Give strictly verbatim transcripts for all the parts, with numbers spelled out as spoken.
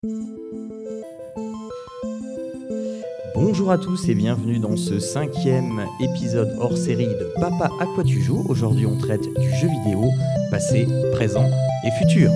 Bonjour à tous et bienvenue dans ce cinquième épisode hors série de Papa à quoi tu joues. Aujourd'hui on traite du jeu vidéo, passé, présent et futur.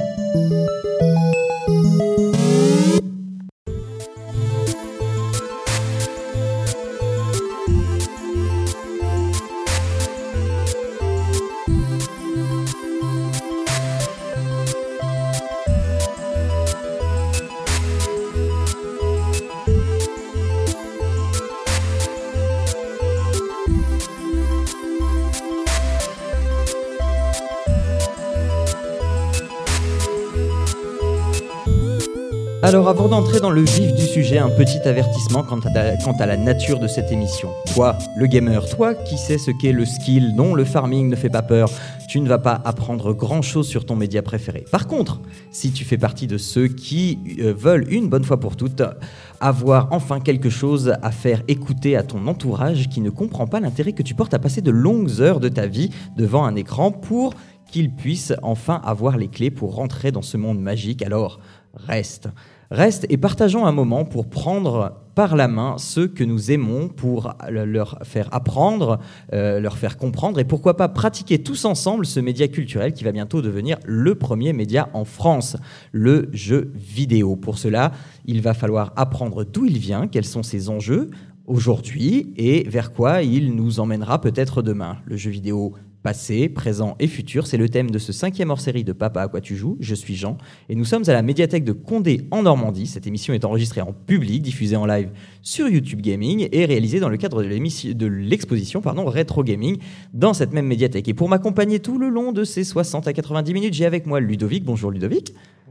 Alors avant d'entrer dans le vif du sujet, un petit avertissement quant à, la, quant à la nature de cette émission. Toi, le gamer, toi qui sais ce qu'est le skill, dont le farming ne fait pas peur, tu ne vas pas apprendre grand-chose sur ton média préféré. Par contre, si tu fais partie de ceux qui euh, veulent une bonne fois pour toutes avoir enfin quelque chose à faire écouter à ton entourage qui ne comprend pas l'intérêt que tu portes à passer de longues heures de ta vie devant un écran pour qu'il puisse enfin avoir les clés pour rentrer dans ce monde magique, alors reste. Reste et partageons un moment pour prendre par la main ceux que nous aimons, pour leur faire apprendre, euh, leur faire comprendre et pourquoi pas pratiquer tous ensemble ce média culturel qui va bientôt devenir le premier média en France, le jeu vidéo. Pour cela, il va falloir apprendre d'où il vient, quels sont ses enjeux aujourd'hui et vers quoi il nous emmènera peut-être demain. Le jeu vidéo passé, présent et futur, c'est le thème de ce cinquième hors-série de Papa à quoi tu joues. Je suis Jean et nous sommes à la médiathèque de Condé en Normandie. Cette émission est enregistrée en public, diffusée en live sur YouTube Gaming et réalisée dans le cadre de, de l'exposition pardon, Retro Gaming dans cette même médiathèque. Et pour m'accompagner tout le long de ces soixante à quatre-vingt-dix minutes, j'ai avec moi Ludovic. Bonjour Ludovic.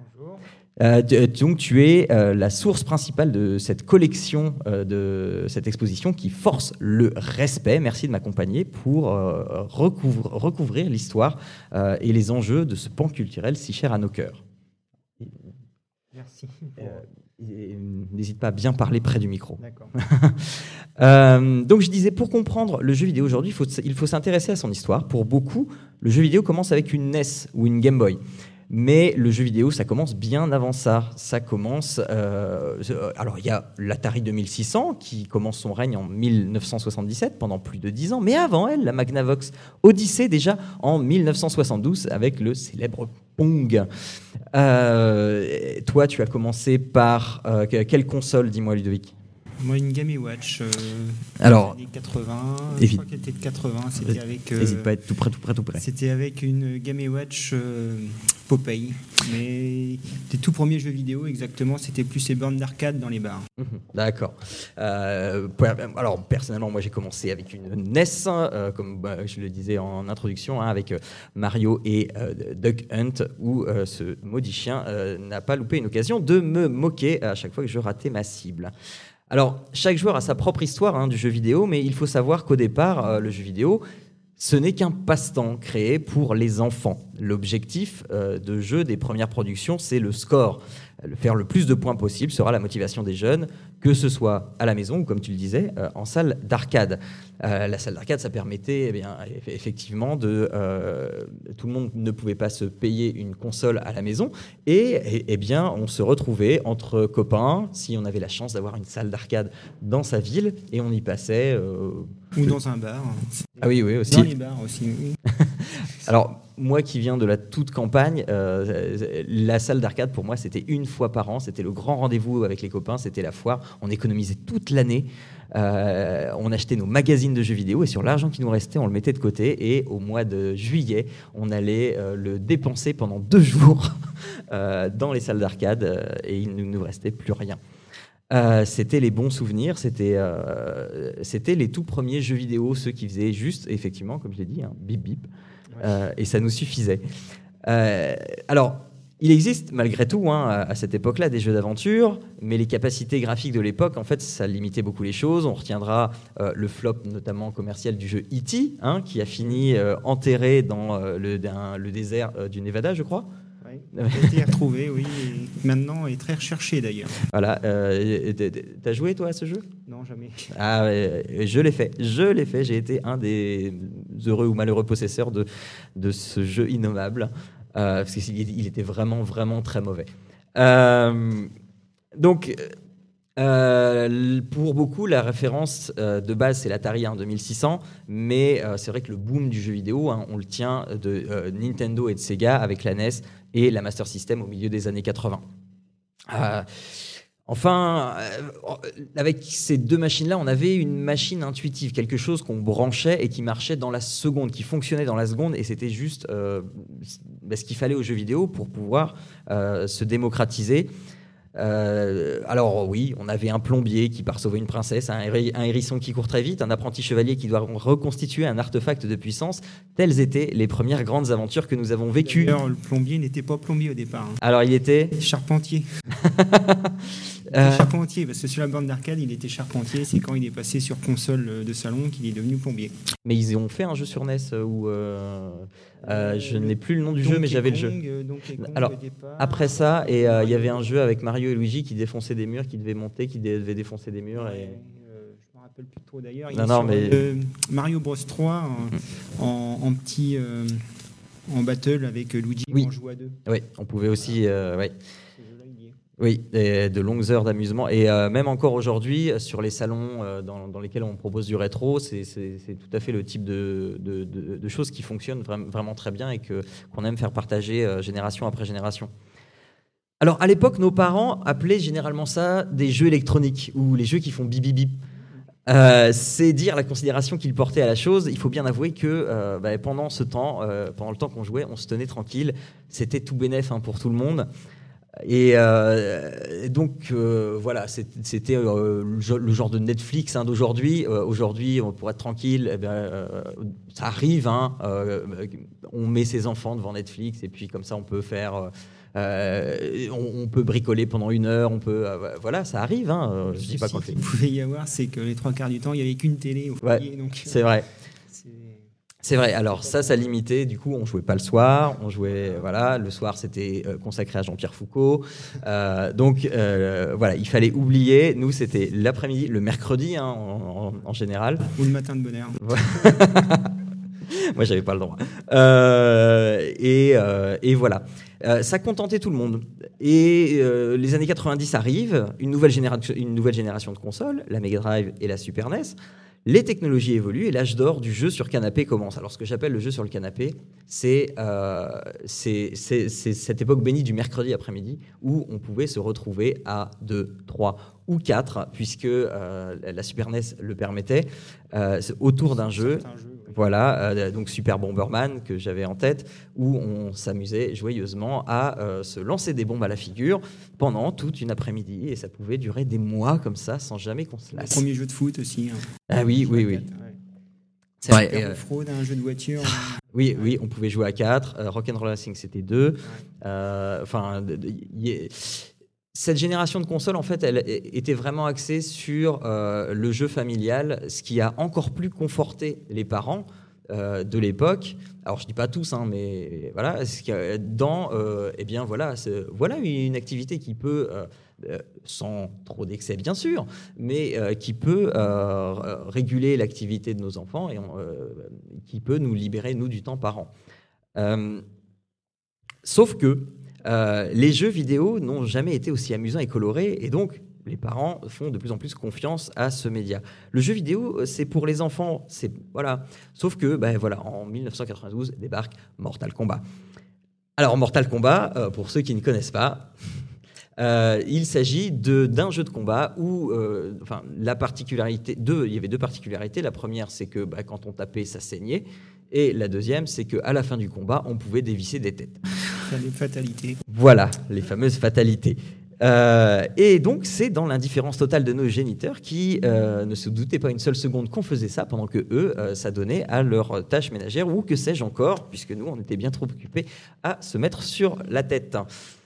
Euh, donc tu es euh, la source principale de cette collection, euh, de cette exposition qui force le respect. Merci de m'accompagner pour euh, recouvre, recouvrir l'histoire euh, et les enjeux de ce pan culturel si cher à nos cœurs. Merci. Euh, et, n'hésite pas à bien parler près du micro. D'accord. euh, donc je disais, pour comprendre le jeu vidéo aujourd'hui, il faut, il faut s'intéresser à son histoire. Pour beaucoup, le jeu vidéo commence avec une N E S ou une Game Boy. Mais le jeu vidéo, ça commence bien avant ça. Ça commence... Euh, alors, il y a l'Atari deux mille six cents qui commence son règne en mille neuf cent soixante-dix-sept, pendant plus de dix ans. Mais avant elle, la Magnavox Odyssey, déjà en mille neuf cent soixante-douze, avec le célèbre Pong. Euh, toi, tu as commencé par... Euh, quelle console, dis-moi, Ludovic ? Moi, une Game and Watch euh, Alors, des années quatre-vingts, évite. je crois qu'elle était de quatre-vingts, c'était avec... Euh, N'hésite pas à être tout près, tout près, tout près. C'était avec une Game and Watch euh, Popeye, mais des tout premiers jeux vidéo, exactement, c'était plus ces bornes d'arcade dans les bars. Mmh, d'accord. Euh, alors, personnellement, moi, j'ai commencé avec une N E S, euh, comme bah, je le disais en introduction, hein, avec euh, Mario et euh, Duck Hunt, où euh, ce maudit chien euh, n'a pas loupé une occasion de me moquer à chaque fois que je ratais ma cible. Alors, chaque joueur a sa propre histoire hein, du jeu vidéo, mais il faut savoir qu'au départ, euh, le jeu vidéo, ce n'est qu'un passe-temps créé pour les enfants. L'objectif euh, de jeu des premières productions, c'est le score. Le faire le plus de points possible sera la motivation des jeunes, que ce soit à la maison ou, comme tu le disais, euh, en salle d'arcade. Euh, la salle d'arcade, ça permettait eh bien, effectivement de... Euh, tout le monde ne pouvait pas se payer une console à la maison et, et eh bien, on se retrouvait entre copains, si on avait la chance d'avoir une salle d'arcade dans sa ville, et on y passait... Euh, Ou dans un bar. Ah oui, oui, aussi. Dans les bars aussi, oui. Alors, moi qui viens de la toute campagne, euh, la salle d'arcade, pour moi, c'était une fois par an. C'était le grand rendez-vous avec les copains, c'était la foire. On économisait toute l'année. Euh, on achetait nos magazines de jeux vidéo et sur l'argent qui nous restait, on le mettait de côté. Et au mois de juillet, on allait euh, le dépenser pendant deux jours euh, dans les salles d'arcade euh, et il ne nous restait plus rien. Euh, c'était les bons souvenirs, c'était, euh, c'était les tout premiers jeux vidéo, ceux qui faisaient juste, effectivement, comme je l'ai dit, hein, bip bip, euh, et ça nous suffisait. Euh, alors, il existe malgré tout hein, à cette époque-là des jeux d'aventure, mais les capacités graphiques de l'époque, en fait, ça limitait beaucoup les choses. On retiendra euh, le flop notamment commercial du jeu E T, hein, qui a fini euh, enterré dans euh, le, d'un, le désert euh, du Nevada, je crois. Oui, il a été retrouvé, oui, et maintenant est très recherché d'ailleurs. Voilà, euh, t'as joué toi à ce jeu ? Non, jamais. Ah, je l'ai fait, je l'ai fait. J'ai été un des heureux ou malheureux possesseurs de, de ce jeu innommable, euh, parce qu'il il était vraiment, vraiment très mauvais. Euh, Donc, euh, pour beaucoup, la référence euh, de base, c'est l'Atari hein, deux mille six cents, mais euh, c'est vrai que le boom du jeu vidéo, hein, on le tient de euh, Nintendo et de Sega avec la N E S et la Master System au milieu des années quatre-vingts. Euh, Enfin, euh, avec ces deux machines-là, on avait une machine intuitive, quelque chose qu'on branchait et qui marchait dans la seconde, qui fonctionnait dans la seconde, et c'était juste euh, ce qu'il fallait aux jeux vidéo pour pouvoir euh, se démocratiser. Euh, alors oui, on avait un plombier qui part sauver une princesse, un, héri- un hérisson qui court très vite, un apprenti chevalier qui doit reconstituer un artefact de puissance. Telles étaient les premières grandes aventures que nous avons vécues. D'ailleurs, le plombier n'était pas plombier au départ. Hein. Alors il était charpentier. Il Euh, était charpentier, parce que sur la borne d'arcade, il était charpentier. C'est quand il est passé sur console de salon qu'il est devenu plombier. Mais ils ont fait un jeu sur N E S où euh, euh, je Euh, n'ai plus le nom du Donkey jeu, mais j'avais Kong, le jeu. euh, Donkey Kong Alors, au départ. Après ça, et euh, il y avait un jeu avec Mario et Luigi qui défonçaient des murs, qui devaient monter, qui dé- devaient défoncer des murs. Ouais, Et... euh, je me rappelle plus trop d'ailleurs. Il Non, est non, sur, mais- euh, Mario Bros trois en, en, en petit euh, en battle avec Luigi Oui. quand on joue à deux. Oui, on pouvait aussi. Euh, ouais. Ce jeu-là, il y est. Oui, et de longues heures d'amusement. Et euh, même encore aujourd'hui, sur les salons euh, dans, dans lesquels on propose du rétro, c'est, c'est, c'est tout à fait le type de, de, de, de choses qui fonctionnent vra- vraiment très bien et que, qu'on aime faire partager euh, génération après génération. Alors, à l'époque, nos parents appelaient généralement ça des jeux électroniques ou les jeux qui font bip bip bip. Euh, c'est dire la considération qu'ils portaient à la chose. Il faut bien avouer que euh, bah, pendant ce temps, euh, pendant le temps qu'on jouait, on se tenait tranquille. C'était tout bénef hein, pour tout le monde. Et euh, donc euh, voilà, c'était euh, le genre de Netflix hein, d'aujourd'hui. Euh, aujourd'hui, pour être tranquille, eh ben, euh, ça arrive. Hein, euh, on met ses enfants devant Netflix et puis comme ça, on peut faire. Euh, on, on peut bricoler pendant une heure. On peut, euh, voilà, ça arrive. Hein, euh, je dis pas qu'on le fait. Ce qu'il pouvait y avoir, c'est que les trois quarts du temps, il n'y avait qu'une télé au foyer. Ouais, donc, c'est vrai. c'est... C'est vrai. Alors ça, ça limitait. Du coup, on jouait pas le soir. On jouait, voilà, le soir, c'était euh, consacré à Jean-Pierre Foucault. Euh, donc euh, voilà, il fallait oublier. Nous, c'était l'après-midi, le mercredi hein, en, en, en général. Ou le matin de bonne heure. Moi, j'avais pas le droit. Euh, et, euh, et voilà. Euh, ça contentait tout le monde. Et euh, les années quatre-vingt-dix arrivent, une nouvelle, génération, une nouvelle génération de consoles, la Mega Drive et la Super N E S. Les technologies évoluent et l'âge d'or du jeu sur canapé commence. Alors, ce que j'appelle le jeu sur le canapé, c'est, euh, c'est, c'est, c'est cette époque bénie du mercredi après-midi où on pouvait se retrouver à deux, trois ou quatre, puisque euh, la Super N E S le permettait, euh, autour d'un jeu. Certains jeux, oui. Voilà, euh, donc Super Bomberman que j'avais en tête, où on s'amusait joyeusement à euh, se lancer des bombes à la figure pendant toute une après-midi, et ça pouvait durer des mois comme ça, sans jamais qu'on se Le lasse. premier jeu de foot aussi. Hein. Ah oui, oui, oui. Ouais. C'est vrai. Super et, euh, fraude, un jeu de voiture. oui, oui, on pouvait jouer à quatre. Euh, Rock'n'Roll Racing, c'était deux. Euh, Enfin, de- de- y est- cette génération de consoles, en fait, elle était vraiment axée sur euh, le jeu familial, ce qui a encore plus conforté les parents euh, de l'époque. Alors, je dis pas tous, hein, mais voilà, ce qui a- dans, euh, eh bien, voilà, c'est- voilà une activité qui peut, euh, euh, sans trop d'excès, bien sûr, mais euh, qui peut euh, réguler l'activité de nos enfants et on, euh, qui peut nous libérer nous du temps par an. Euh, sauf que euh, les jeux vidéo n'ont jamais été aussi amusants et colorés, et donc les parents font de plus en plus confiance à ce média. Le jeu vidéo, c'est pour les enfants, c'est voilà. Sauf que, ben voilà, en mille neuf cent quatre-vingt-douze débarque Mortal Kombat. Alors Mortal Kombat, euh, pour ceux qui ne connaissent pas, euh, il s'agit de, d'un jeu de combat où, euh, enfin, la particularité, deux, il y avait deux particularités. La première, c'est que bah, quand on tapait, ça saignait, et la deuxième, c'est qu'à la fin du combat, on pouvait dévisser des têtes. Il y a des fatalités. Voilà, les fameuses fatalités. Euh, et donc, c'est dans l'indifférence totale de nos géniteurs qui euh, ne se doutaient pas une seule seconde qu'on faisait ça, pendant que eux, euh, ça donnait à leurs tâches ménagères, ou que sais-je encore, puisque nous, on était bien trop occupés à se mettre sur la tête.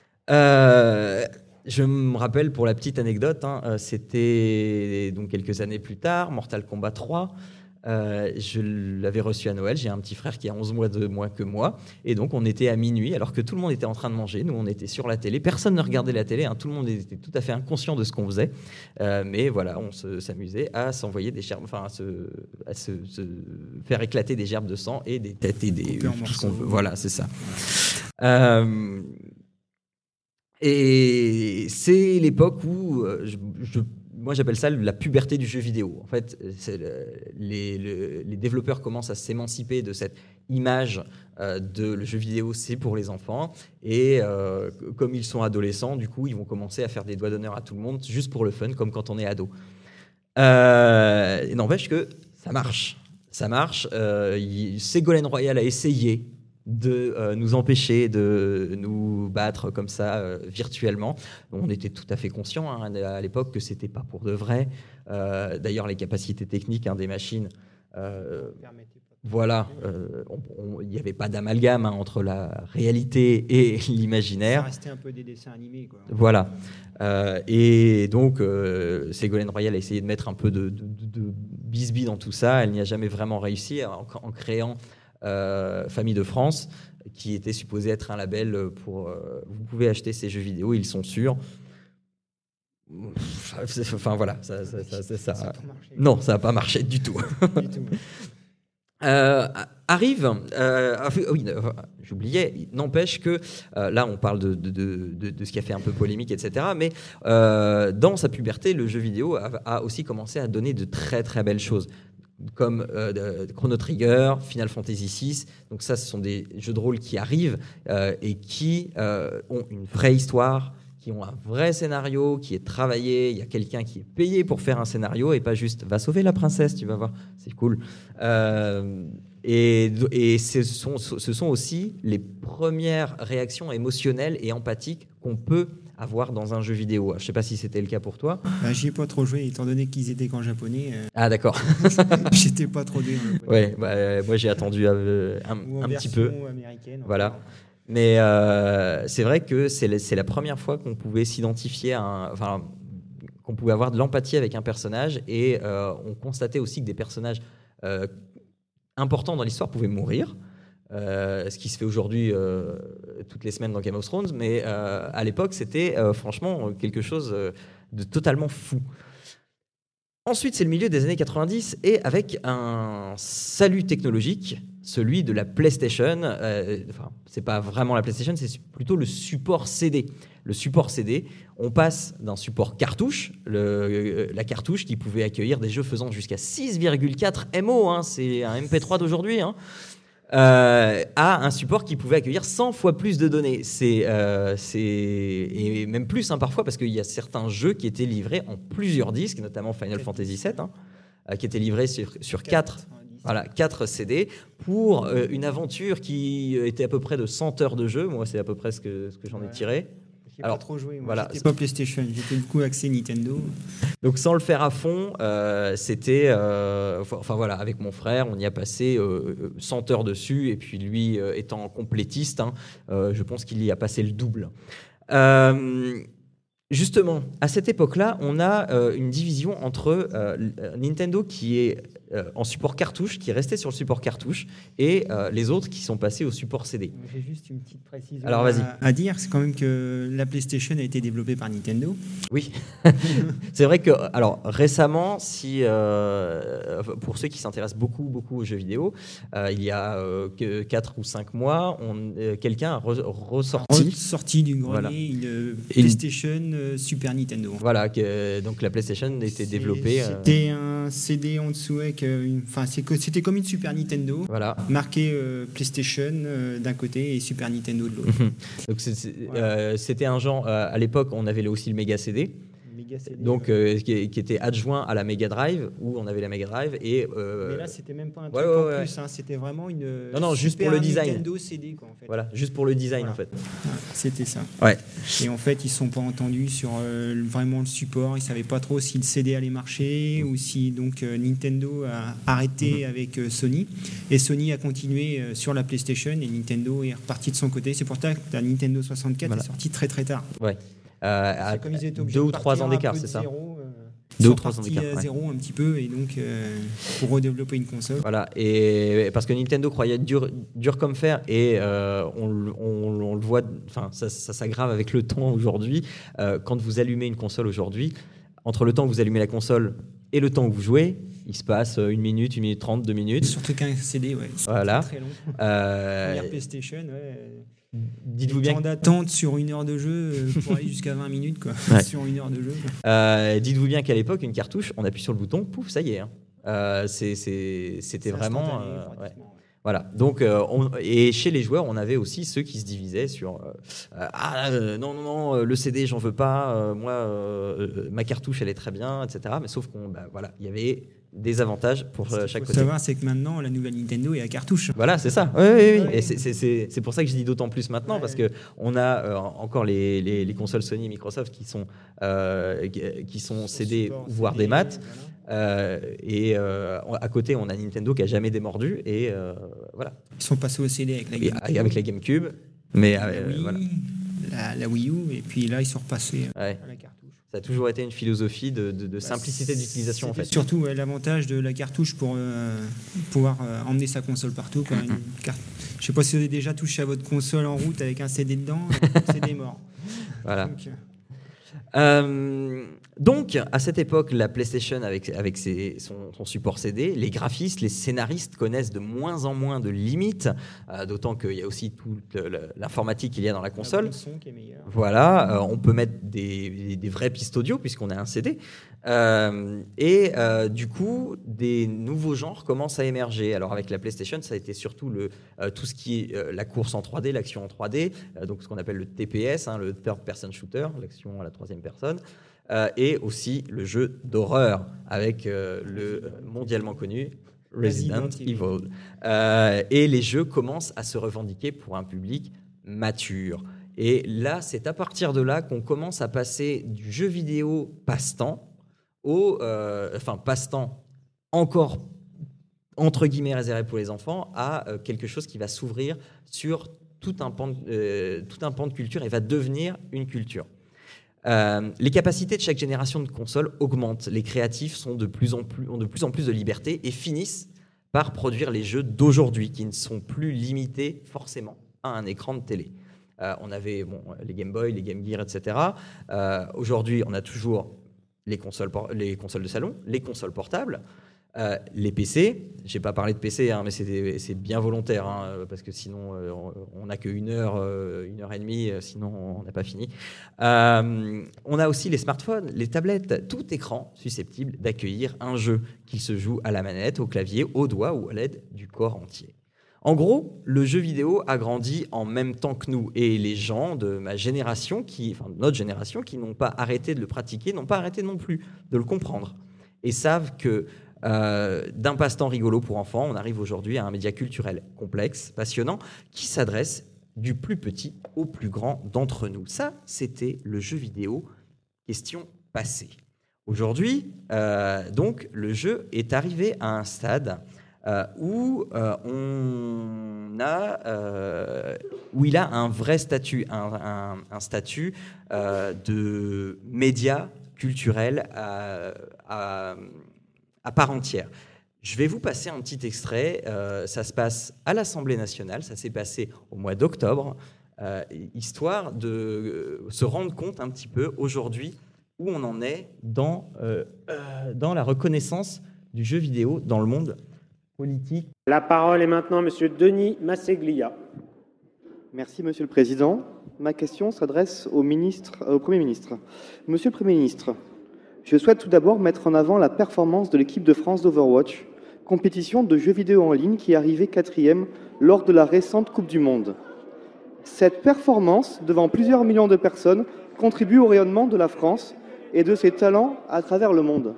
Euh, je me rappelle, pour la petite anecdote, hein, euh, c'était donc quelques années plus tard, Mortal Kombat trois. Euh, je l'avais reçu à Noël. J'ai un petit frère qui a onze mois de moins que moi, et donc on était à minuit alors que tout le monde était en train de manger. Nous, on était sur la télé, personne ne regardait la télé, hein. Tout le monde était tout à fait inconscient de ce qu'on faisait, euh, mais voilà, on se, s'amusait à s'envoyer des gerbes, enfin à, se, à se, se faire éclater des gerbes de sang et des têtes et des Couper en tout ce qu'on morceaux. veut. Voilà, c'est ça. Euh, Et c'est l'époque où, euh, je, je, moi j'appelle ça la puberté du jeu vidéo. En fait, c'est le, les, le, les développeurs commencent à s'émanciper de cette image euh, de le jeu vidéo, c'est pour les enfants. Et euh, comme ils sont adolescents, du coup, ils vont commencer à faire des doigts d'honneur à tout le monde, juste pour le fun, comme quand on est ado. Euh, et n'empêche que ça marche. Ça marche. Euh, il, Ségolène Royal a essayé de euh, nous empêcher de nous battre comme ça euh, virtuellement. On était tout à fait conscients hein, à l'époque que c'était pas pour de vrai. Euh, d'ailleurs, les capacités techniques hein, des machines, euh, voilà, il n'y avait pas d'amalgame hein, entre la réalité et l'imaginaire. Ça restait un peu des dessins animés, quoi. Voilà. Euh, et donc, euh, Ségolène Royal a essayé de mettre un peu de, de, de bisbis dans tout ça. Elle n'y a jamais vraiment réussi en, en créant Euh, Famille de France, qui était supposé être un label pour. Euh, vous pouvez acheter ces jeux vidéo, ils sont sûrs. Enfin voilà, ça, ça, ça, ça, ça, ça non, ça n'a pas marché du tout. Du tout. euh, arrive, euh, oui, j'oubliais, n'empêche que euh, là on parle de, de, de, de ce qui a fait un peu polémique, et cetera. Mais euh, dans sa puberté, le jeu vidéo a, a aussi commencé à donner de très très belles choses, comme euh, Chrono Trigger, Final Fantasy six. Donc ça, ce sont des jeux de rôle qui arrivent euh, et qui euh, ont une vraie histoire, qui ont un vrai scénario, qui est travaillé. Il y a quelqu'un qui est payé pour faire un scénario et pas juste « va sauver la princesse, tu vas voir, c'est cool euh, ». Et, et ce, sont, ce sont aussi les premières réactions émotionnelles et empathiques qu'on peut avoir dans un jeu vidéo. Je ne sais pas si c'était le cas pour toi. Bah, j'y ai pas trop joué, étant donné qu'ils étaient qu'en japonais. Euh... Ah d'accord. J'étais pas trop doué. Ouais, bah, moi j'ai attendu euh, un, Ou en un petit peu. Américaine. Voilà. Enfin. Mais euh, c'est vrai que c'est la, c'est la première fois qu'on pouvait s'identifier à un, enfin, qu'on pouvait avoir de l'empathie avec un personnage, et euh, on constatait aussi que des personnages euh, importants dans l'histoire pouvaient mourir. Euh, ce qui se fait aujourd'hui euh, toutes les semaines dans Game of Thrones, mais euh, à l'époque c'était euh, franchement quelque chose de totalement fou. Ensuite, c'est le milieu des années quatre-vingt-dix, et avec un salut technologique, celui de la PlayStation. Euh, enfin, c'est pas vraiment la PlayStation, c'est plutôt le support C D. Le support C D, on passe d'un support cartouche, le, la cartouche qui pouvait accueillir des jeux faisant jusqu'à six virgule quatre M O, hein, c'est un M P trois d'aujourd'hui, hein, Euh, à un support qui pouvait accueillir cent fois plus de données. C'est, euh, c'est... Et même plus hein, parfois, parce qu'il y a certains jeux qui étaient livrés en plusieurs disques, notamment Final Fantasy sept, hein, euh, qui étaient livrés sur, sur quatre, voilà, quatre C D pour euh, une aventure qui était à peu près de cent heures de jeu. Moi, c'est à peu près ce que, ce que j'en ai tiré. J'ai Alors, pas trop joué, moi. Voilà. J'étais pas PlayStation, j'étais beaucoup axé Nintendo. Donc sans le faire à fond, euh, c'était... Euh, enfin voilà, avec mon frère, on y a passé euh, cent heures dessus, et puis lui euh, étant complétiste, hein, euh, je pense qu'il y a passé le double. Euh, justement, à cette époque-là, on a euh, une division entre euh, Nintendo qui est euh, en support cartouche, qui est resté sur le support cartouche, et euh, les autres qui sont passés au support C D. J'ai juste une petite précision Alors, vas-y. À, à dire, c'est quand même que la PlayStation a été développée par Nintendo. Oui, c'est vrai que alors récemment, si euh, pour ceux qui s'intéressent beaucoup beaucoup aux jeux vidéo, euh, il y a euh, que quatre ou cinq mois, on, euh, quelqu'un a re- ressorti sorti du grenier voilà. une PlayStation une... Super Nintendo. Voilà, que, donc la PlayStation a été développée. C'était euh... un C D en dessous avec, une... enfin c'était comme une Super Nintendo, voilà. Marqué euh, PlayStation euh, d'un côté et Super Nintendo de l'autre. Donc c'est, c'est, voilà. euh, c'était un genre. Euh, à l'époque, on avait aussi le Mega C D. C D, donc euh, qui, qui était adjoint à la Mega Drive, où on avait la Mega Drive et euh... mais là c'était même pas un ouais, truc ouais, en ouais. plus hein, c'était vraiment une non non juste pour le design Nintendo C D quoi en fait. Voilà, juste pour le design voilà. en fait ouais, c'était ça ouais. Et en fait ils sont pas entendus sur euh, vraiment le support, ils savaient pas trop si le C D allait marcher mmh. ou si donc euh, Nintendo a arrêté mmh. avec euh, Sony, et Sony a continué euh, sur la PlayStation, et Nintendo est reparti de son côté. C'est pour ça que la Nintendo soixante-quatre voilà. est sortie très très tard. Ouais. Euh, à deux ou trois ans d'écart, c'est ça zéro, euh, Deux ou trois ans d'écart. à zéro ouais. un petit peu, et donc euh, pour redévelopper une console. Voilà, et parce que Nintendo croyait dur, dur comme fer, et euh, on, on, on le voit, enfin ça, ça s'aggrave avec le temps aujourd'hui. Euh, quand vous allumez une console aujourd'hui, entre le temps que vous allumez la console et le temps que vous jouez, il se passe une minute, une minute trente, deux minutes. Surtout qu'un C D, ouais. Voilà. Très, très long. Euh... Première PlayStation, ouais. dites-vous bien temps d'attente sur une heure de jeu pour aller jusqu'à vingt minutes, quoi. Ouais. Sur une heure de jeu. Euh, dites-vous bien qu'à l'époque, une cartouche, on appuie sur le bouton, pouf, ça y est. Hein. Euh, c'est, c'est, c'était C'est vraiment. instantané, euh, pratiquement, ouais. ouais. Voilà. Donc, euh, on, et chez les joueurs, on avait aussi ceux qui se divisaient sur euh, euh, ah euh, non non non, euh, le C D, j'en veux pas. Euh, moi, euh, euh, ma cartouche, elle est très bien, et cetera. Mais sauf qu'on, bah, voilà, il y avait des avantages pour Ce euh, qu'il chaque faut côté. savoir, c'est que maintenant, la nouvelle Nintendo est à cartouche. Voilà, c'est ça. Oui, oui, oui. Ouais. Et c'est, c'est, c'est, c'est pour ça que je dis d'autant plus maintenant, Ouais. parce que on a euh, encore les, les, les consoles Sony et Microsoft qui sont, euh, qui sont C D, Support voire C D, des maths. voilà. Euh, et euh, à côté, on a Nintendo qui a jamais démordu. Et euh, voilà. Ils sont passés au C D avec la Et GameCube. avec la GameCube. Mais la, euh, Wii, voilà. la, la Wii U, et puis là, ils sont repassés euh, Ouais. à la cartouche. Ça a toujours été une philosophie de, de, de simplicité Bah, d'utilisation en fait. Surtout ouais, l'avantage de la cartouche pour euh, pouvoir euh, emmener sa console partout. Quoi. Une carte... Je ne sais pas si vous avez déjà touché à votre console en route avec un C D dedans, le C D est mort. Voilà. Donc, Euh, donc, à cette époque, la PlayStation, avec, avec ses, son, son support C D, les graphistes, les scénaristes connaissent de moins en moins de limites, euh, d'autant qu'il y a aussi toute le- l'informatique qu'il y a dans la console. Le son qui est meilleur. Voilà, euh, on peut mettre des, des, des vraies pistes audio puisqu'on a un C D. Euh, et euh, du coup, des nouveaux genres commencent à émerger. Alors avec la PlayStation, ça a été surtout le, euh, tout ce qui est euh, la course en trois D, l'action en trois D, euh, donc ce qu'on appelle le T P S, hein, le Third Person Shooter, l'action à la troisième personne, euh, et aussi le jeu d'horreur avec euh, le euh, mondialement connu Resident, Resident Evil. Evil. Euh, et les jeux commencent à se revendiquer pour un public mature. Et là, c'est à partir de là qu'on commence à passer du jeu vidéo passe-temps au, euh, enfin passe-temps encore entre guillemets réservé pour les enfants, à euh, quelque chose qui va s'ouvrir sur tout un pan de, euh, tout un pan de culture et va devenir une culture. Euh, les capacités de chaque génération de consoles augmentent. Les créatifs sont de plus en plus, ont de plus en plus de liberté et finissent par produire les jeux d'aujourd'hui qui ne sont plus limités forcément à un écran de télé. Euh, on avait bon, les Game Boy, les Game Gear, et cetera. Euh, aujourd'hui, on a toujours les consoles, por- les consoles de salon, les consoles portables, euh, les P C. Je n'ai pas parlé de P C, hein, mais c'est, c'est bien volontaire, hein, parce que sinon, euh, on n'a qu'une heure, euh, une heure et demie, euh, sinon on n'a pas fini. Euh, on a aussi les smartphones, les tablettes, tout écran susceptible d'accueillir un jeu, qu'il se joue à la manette, au clavier, au doigt ou à l'aide du corps entier. En gros, le jeu vidéo a grandi en même temps que nous, et les gens de ma génération, qui, enfin de notre génération, qui n'ont pas arrêté de le pratiquer, n'ont pas arrêté non plus de le comprendre, et savent que euh, d'un passe-temps rigolo pour enfants, on arrive aujourd'hui à un média culturel complexe, passionnant, qui s'adresse du plus petit au plus grand d'entre nous. Ça, c'était le jeu vidéo, question passée. Aujourd'hui, euh, donc, le jeu est arrivé à un stade Euh, où, euh, on a, euh, où il a un vrai statut, un, un, un statut euh, de média culturel à, à, à part entière. Je vais vous passer un petit extrait. Euh, ça se passe à l'Assemblée nationale, ça s'est passé au mois d'octobre, euh, histoire de euh, se rendre compte un petit peu aujourd'hui où on en est dans, euh, euh, dans la reconnaissance du jeu vidéo dans le monde politique. La parole est maintenant à Monsieur Denis Masseglia. Merci, Monsieur le Président. Ma question s'adresse au, ministre, au Premier ministre. Monsieur le Premier ministre, je souhaite tout d'abord mettre en avant la performance de l'équipe de France d'Overwatch, compétition de jeux vidéo en ligne qui est arrivée quatrième lors de la récente Coupe du Monde. Cette performance, devant plusieurs millions de personnes, contribue au rayonnement de la France et de ses talents à travers le monde.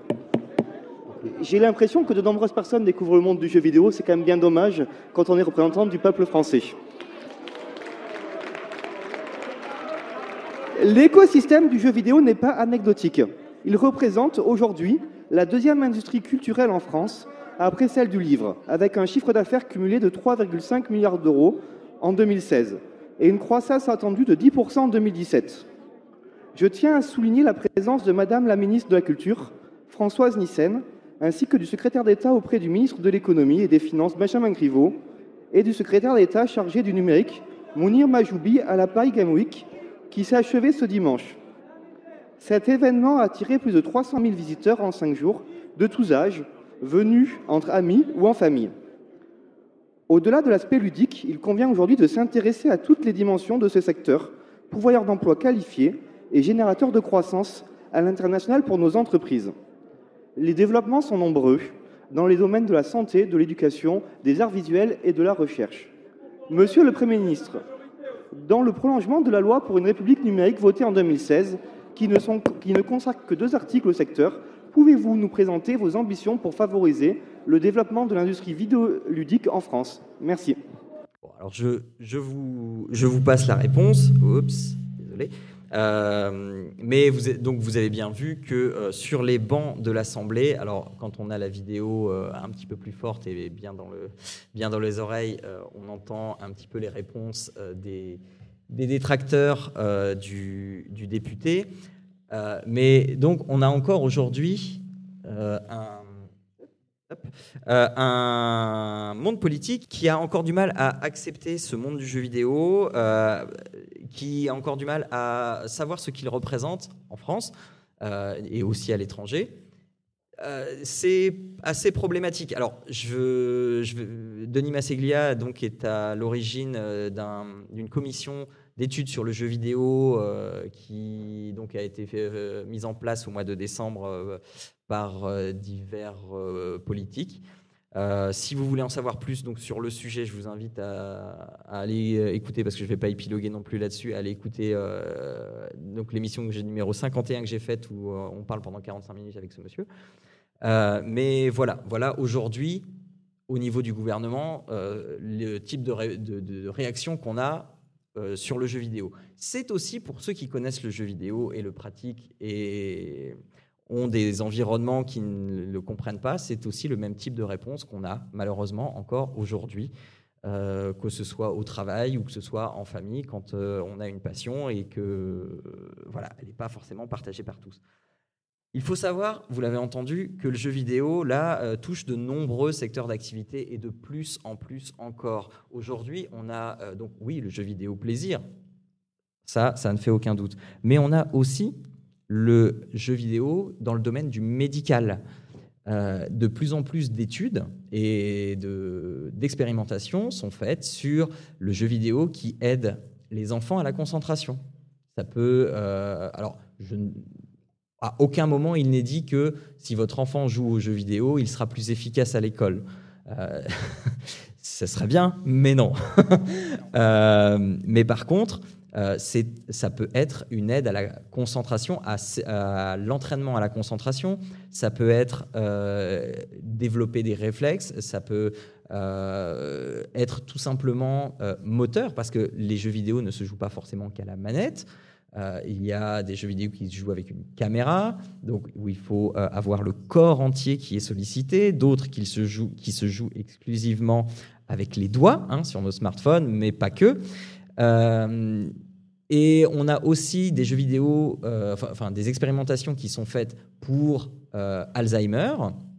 J'ai l'impression que de nombreuses personnes découvrent le monde du jeu vidéo, c'est quand même bien dommage quand on est représentant du peuple français. L'écosystème du jeu vidéo n'est pas anecdotique. Il représente aujourd'hui la deuxième industrie culturelle en France, après celle du livre, avec un chiffre d'affaires cumulé de trois virgule cinq milliards d'euros en deux mille seize et une croissance attendue de dix pour cent en deux mille dix-sept. Je tiens à souligner la présence de Madame la ministre de la Culture, Françoise Nyssen, ainsi que du secrétaire d'État auprès du ministre de l'Économie et des Finances, Benjamin Griveaux, et du secrétaire d'État chargé du numérique, Mounir Majoubi, à la Paris Game Week, qui s'est achevé ce dimanche. Cet événement a attiré plus de trois cent mille visiteurs en cinq jours, de tous âges, venus entre amis ou en famille. Au-delà de l'aspect ludique, il convient aujourd'hui de s'intéresser à toutes les dimensions de ce secteur, pourvoyeur d'emplois qualifiés et générateur de croissance à l'international pour nos entreprises. Les développements sont nombreux dans les domaines de la santé, de l'éducation, des arts visuels et de la recherche. Monsieur le Premier ministre, dans le prolongement de la loi pour une République numérique votée en deux mille seize, qui ne, sont, qui ne consacre que deux articles au secteur, pouvez-vous nous présenter vos ambitions pour favoriser le développement de l'industrie vidéoludique en France? Merci. Bon, alors je, je, vous, je vous passe la réponse. Oups, désolé. Euh, mais vous, donc vous avez bien vu que euh, sur les bancs de l'Assemblée, alors quand on a la vidéo euh, un petit peu plus forte et bien dans, le, bien dans les oreilles, euh, on entend un petit peu les réponses euh, des, des détracteurs euh, du, du député. Euh, mais donc on a encore aujourd'hui euh, un, euh, un monde politique qui a encore du mal à accepter ce monde du jeu vidéo, euh, qui a encore du mal à savoir ce qu'il représente en France euh, et aussi à l'étranger. Euh, c'est assez problématique. Alors, je, je, Denis Masseglia donc, est à l'origine d'un, d'une commission d'études sur le jeu vidéo euh, qui donc, a été fait, euh, mise en place au mois de décembre euh, par euh, divers euh, politiques. Euh, si vous voulez en savoir plus donc, sur le sujet, je vous invite à, à aller écouter, parce que je ne vais pas épiloguer non plus là-dessus, à aller écouter euh, donc, l'émission que j'ai, numéro cinquante et un que j'ai faite, où euh, on parle pendant quarante-cinq minutes avec ce monsieur. Euh, mais voilà, voilà aujourd'hui, au niveau du gouvernement, euh, le type de, ré, de, de réaction qu'on a euh, sur le jeu vidéo. C'est aussi pour ceux qui connaissent le jeu vidéo et le pratiquent et ont des environnements qui ne le comprennent pas, c'est aussi le même type de réponse qu'on a malheureusement encore aujourd'hui, euh, que ce soit au travail ou que ce soit en famille, quand euh, on a une passion et que euh, voilà, elle n'est pas forcément partagée par tous. Il faut savoir, vous l'avez entendu, que le jeu vidéo, là, euh, touche de nombreux secteurs d'activité et de plus en plus encore. Aujourd'hui, on a, euh, donc oui, le jeu vidéo plaisir, ça, ça ne fait aucun doute. Mais on a aussi le jeu vidéo dans le domaine du médical. Euh, de plus en plus d'études et de, d'expérimentations sont faites sur le jeu vidéo qui aide les enfants à la concentration. Ça peut... Euh, alors, je ne... À aucun moment, il n'est dit que si votre enfant joue aux jeux vidéo, il sera plus efficace à l'école. Euh, ça serait bien, mais non. euh, mais par contre, euh, c'est, ça peut être une aide à la concentration, à, à l'entraînement à la concentration. Ça peut être euh, développer des réflexes. Ça peut euh, être tout simplement euh, moteur, parce que les jeux vidéo ne se jouent pas forcément qu'à la manette. Euh, il y a des jeux vidéo qui se jouent avec une caméra, donc où il faut euh, avoir le corps entier qui est sollicité, d'autres qui se jouent, qui se jouent exclusivement avec les doigts hein, sur nos smartphones, mais pas que. Euh, et on a aussi des jeux vidéo, euh, enfin, enfin des expérimentations qui sont faites pour euh, Alzheimer,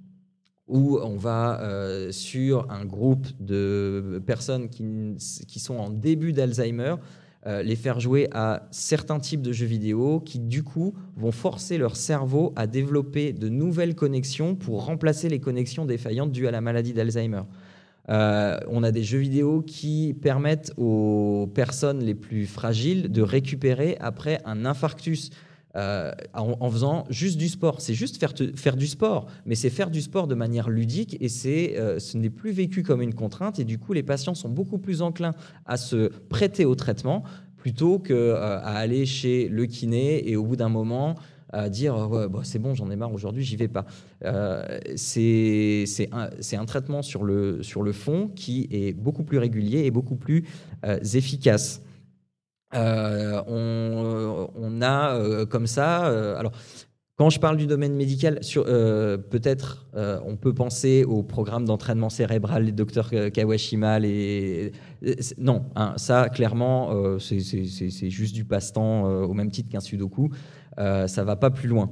où on va euh, sur un groupe de personnes qui, qui sont en début d'Alzheimer, Euh, les faire jouer à certains types de jeux vidéo qui, du coup, vont forcer leur cerveau à développer de nouvelles connexions pour remplacer les connexions défaillantes dues à la maladie d'Alzheimer. Euh, on a des jeux vidéo qui permettent aux personnes les plus fragiles de récupérer après un infarctus euh, en, en faisant juste du sport. C'est juste faire, te, faire du sport, mais c'est faire du sport de manière ludique et c'est, euh, ce n'est plus vécu comme une contrainte et du coup les patients sont beaucoup plus enclins à se prêter au traitement plutôt qu'à euh, aller chez le kiné et au bout d'un moment à dire ouais, bah, c'est bon, j'en ai marre aujourd'hui, j'y vais pas. Euh, c'est, c'est, un, c'est un traitement sur le, sur le fond qui est beaucoup plus régulier et beaucoup plus euh, efficace. Euh, on, on a euh, comme ça, euh, alors quand je parle du domaine médical, sur, euh, peut-être euh, on peut penser au programme d'entraînement cérébral des docteurs Kawashima. Les... Non, hein, ça clairement euh, c'est, c'est, c'est, c'est juste du passe-temps euh, au même titre qu'un sudoku, euh, ça va pas plus loin.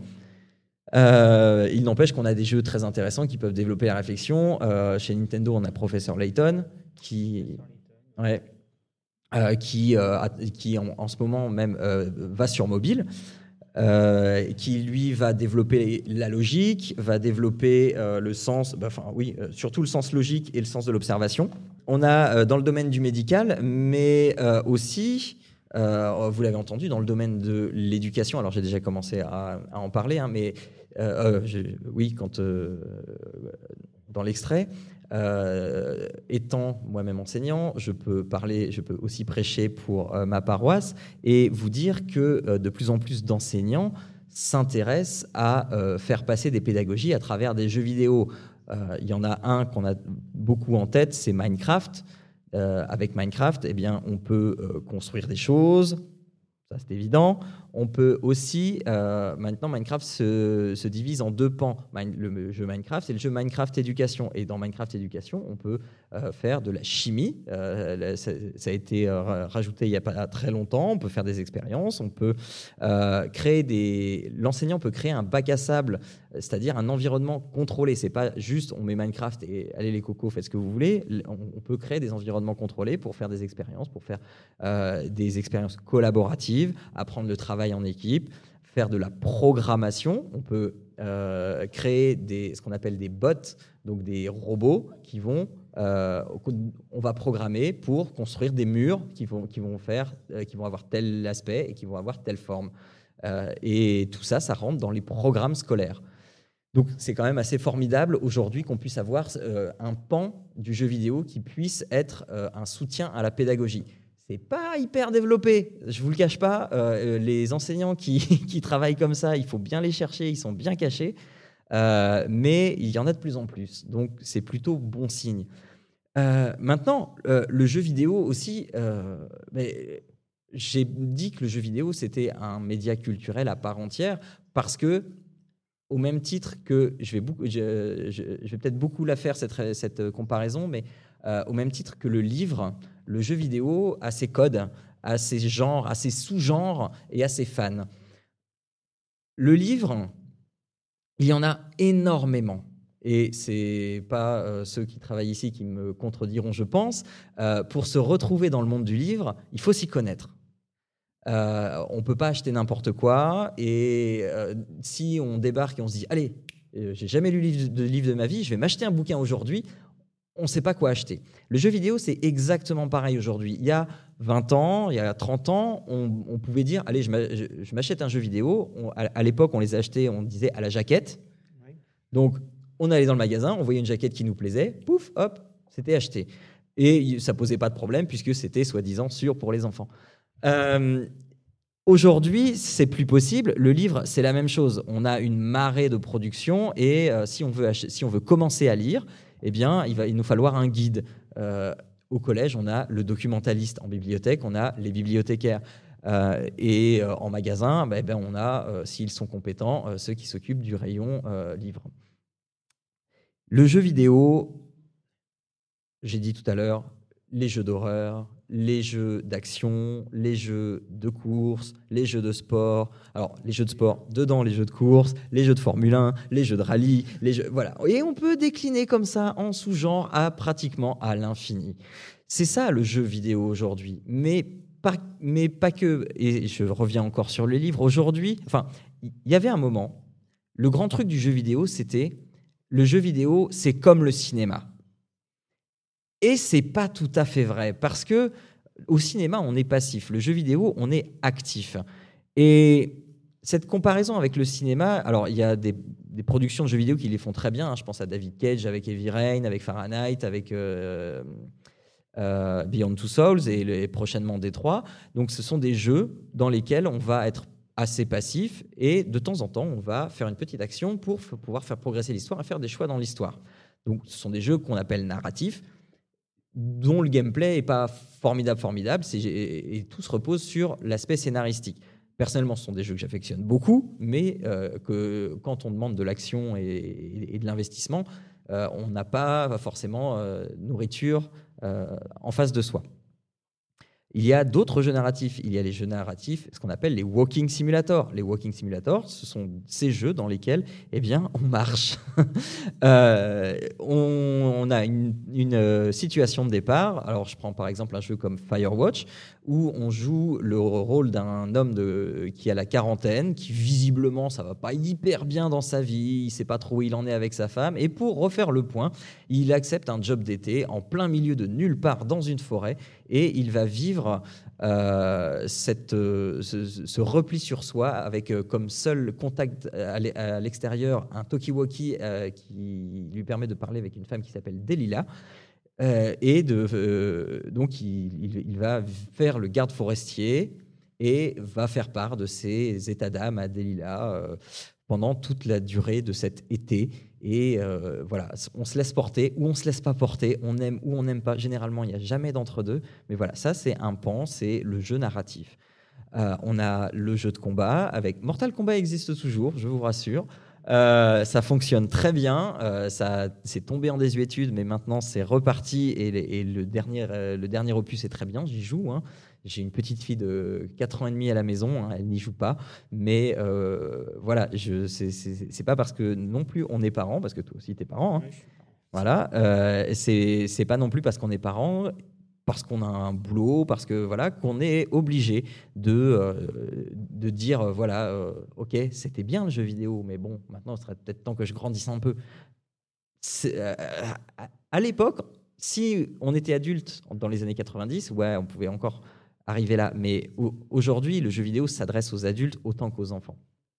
Euh, il n'empêche qu'on a des jeux très intéressants qui peuvent développer la réflexion. Euh, chez Nintendo, on a Professeur Layton qui... Ouais. Euh, qui, euh, qui en, en ce moment même euh, va sur mobile, euh, qui lui va développer la logique, va développer euh, le sens, bah, enfin oui, euh, surtout le sens logique et le sens de l'observation. on a euh, dans le domaine du médical, mais euh, aussi, euh, vous l'avez entendu, dans le domaine de l'éducation. Alors j'ai déjà commencé à, à en parler, hein, mais euh, euh, je, oui, quand euh, dans l'extrait. Euh, étant moi-même enseignant, je peux parler, je peux aussi prêcher pour euh, ma paroisse et vous dire que euh, de plus en plus d'enseignants s'intéressent à euh, faire passer des pédagogies à travers des jeux vidéo. Euh, il y en a un qu'on a beaucoup en tête, c'est Minecraft. Euh, avec Minecraft, eh bien, on peut euh, construire des choses. Ça, c'est évident. On peut aussi, euh, maintenant, Minecraft se, se divise en deux pans. Mine, le jeu Minecraft, c'est le jeu Minecraft Éducation. Et dans Minecraft Éducation, on peut euh, faire de la chimie. Euh, ça, ça a été euh, rajouté il n'y a pas très longtemps. On peut faire des expériences. On peut euh, créer des... L'enseignant peut créer un bac à sable, c'est-à-dire un environnement contrôlé. C'est pas juste on met Minecraft et allez les cocos, faites ce que vous voulez. On, on peut créer des environnements contrôlés pour faire des expériences, pour faire euh, des expériences collaboratives, apprendre le travail en équipe, faire de la programmation. On peut euh, créer des, ce qu'on appelle des bots, donc des robots qui vont, euh, on va programmer pour construire des murs qui vont, qui vont faire, euh, qui vont avoir tel aspect et qui vont avoir telle forme. Euh, et tout ça, ça rentre dans les programmes scolaires. Donc c'est quand même assez formidable aujourd'hui qu'on puisse avoir euh, un pan du jeu vidéo qui puisse être euh, un soutien à la pédagogie. C'est pas hyper développé, je vous le cache pas. Euh, les enseignants qui, qui travaillent comme ça, il faut bien les chercher, ils sont bien cachés. Euh, mais il y en a de plus en plus, donc c'est plutôt bon signe. Euh, maintenant, euh, le jeu vidéo aussi, euh, mais j'ai dit que le jeu vidéo c'était un média culturel à part entière parce que, au même titre que, je vais, beaucoup, je, je, je vais peut-être beaucoup la faire cette, cette comparaison, mais euh, au même titre que le livre, le jeu vidéo a ses codes, a ses genres, a ses sous-genres et a ses fans. Le livre, il y en a énormément. Et ce n'est pas euh, ceux qui travaillent ici qui me contrediront, je pense. Euh, pour se retrouver dans le monde du livre, il faut s'y connaître. Euh, on ne peut pas acheter n'importe quoi. Et euh, si on débarque et on se dit « Allez, euh, j'ai jamais lu de livre de ma vie, je vais m'acheter un bouquin aujourd'hui », on ne sait pas quoi acheter. Le jeu vidéo, c'est exactement pareil aujourd'hui. Il y a vingt ans, il y a trente ans, on, on pouvait dire « Allez, je m'achète un jeu vidéo ». On, à, à l'époque, on les achetait, on disait à la jaquette. Oui. Donc, on allait dans le magasin, on voyait une jaquette qui nous plaisait, pouf, hop, c'était acheté. Et ça ne posait pas de problème puisque c'était soi-disant sûr pour les enfants. Euh, Aujourd'hui, c'est plus possible. Le livre, c'est la même chose. On a une marée de production et euh, si on veut ach- si on veut commencer à lire, eh bien, il va il nous falloir un guide. Euh, au collège, on a le documentaliste. En bibliothèque, on a les bibliothécaires. Euh, et euh, en magasin, bah, eh ben, on a, euh, s'ils sont compétents, euh, ceux qui s'occupent du rayon euh, livre. Le jeu vidéo, j'ai dit tout à l'heure, les jeux d'horreur, les jeux d'action, les jeux de course, les jeux de sport. Alors, les jeux de sport, dedans les jeux de course, les jeux de Formule un, les jeux de rallye, les jeux... Voilà. Et on peut décliner comme ça en sous-genre à pratiquement à l'infini. C'est ça le jeu vidéo aujourd'hui. Mais pas, mais pas que. Et je reviens encore sur le livre. Aujourd'hui, enfin, il y avait un moment, le grand truc du jeu vidéo, c'était le jeu vidéo, c'est comme le cinéma. Et c'est pas tout à fait vrai, parce que au cinéma, on est passif. Le jeu vidéo, on est actif. Et cette comparaison avec le cinéma, alors il y a des, des productions de jeux vidéo qui les font très bien. Hein. Je pense à David Cage avec Heavy Rain, avec Fahrenheit, avec euh, euh, Beyond Two Souls et, et prochainement Détroit. Donc ce sont des jeux dans lesquels on va être assez passif et de temps en temps, on va faire une petite action pour f- pouvoir faire progresser l'histoire et faire des choix dans l'histoire. Donc ce sont des jeux qu'on appelle narratifs, dont le gameplay n'est pas formidable, formidable, c'est, et, et tout se repose sur l'aspect scénaristique. Personnellement, ce sont des jeux que j'affectionne beaucoup, mais euh, que quand on demande de l'action et, et, et de l'investissement, euh, on n'a pas forcément euh, nourriture euh, en face de soi. Il y a d'autres jeux narratifs. Il y a les jeux narratifs, ce qu'on appelle les walking simulators. Les walking simulators, ce sont ces jeux dans lesquels, eh bien, on marche. euh, on, on a une, une situation de départ. Alors, je prends par exemple un jeu comme Firewatch, où on joue le rôle d'un homme de, qui a la quarantaine, qui visiblement, ça va pas hyper bien dans sa vie, il sait pas trop où il en est avec sa femme. Et pour refaire le point, il accepte un job d'été en plein milieu de nulle part dans une forêt, et il va vivre euh, cette, euh, ce, ce repli sur soi avec euh, comme seul contact à l'extérieur un talkie-walkie euh, qui lui permet de parler avec une femme qui s'appelle Delilah. Euh, et de, euh, donc il, il, il va faire le garde forestier et va faire part de ses états d'âme à Delilah euh, pendant toute la durée de cet été. Et euh, voilà, on se laisse porter ou on se laisse pas porter, on aime ou on n'aime pas. Généralement, il n'y a jamais d'entre-deux. Mais voilà, ça, c'est un pan, c'est le jeu narratif. Euh, on a le jeu de combat. Avec Mortal Kombat existe toujours, je vous rassure. Euh, ça fonctionne très bien. Euh, ça, c'est tombé en désuétude, mais maintenant, c'est reparti. Et, et le, dernier, euh, le dernier opus est très bien. J'y joue. Hein. J'ai une petite fille de quatre ans et demi à la maison, hein, elle n'y joue pas. Mais euh, voilà, je, c'est, c'est, c'est pas parce que non plus on est parents, parce que toi aussi t'es parent. Hein. Ouais, voilà, euh, c'est, c'est pas non plus parce qu'on est parents, parce qu'on a un boulot, parce que voilà, qu'on est obligé de, euh, de dire euh, voilà, euh, ok, c'était bien le jeu vidéo, mais bon, maintenant il serait peut-être temps que je grandisse un peu. C'est, euh, à, à l'époque, si on était adulte dans les années quatre-vingt-dix, ouais, on pouvait encore arriver là. Mais aujourd'hui, le jeu vidéo s'adresse aux adultes autant qu'aux enfants.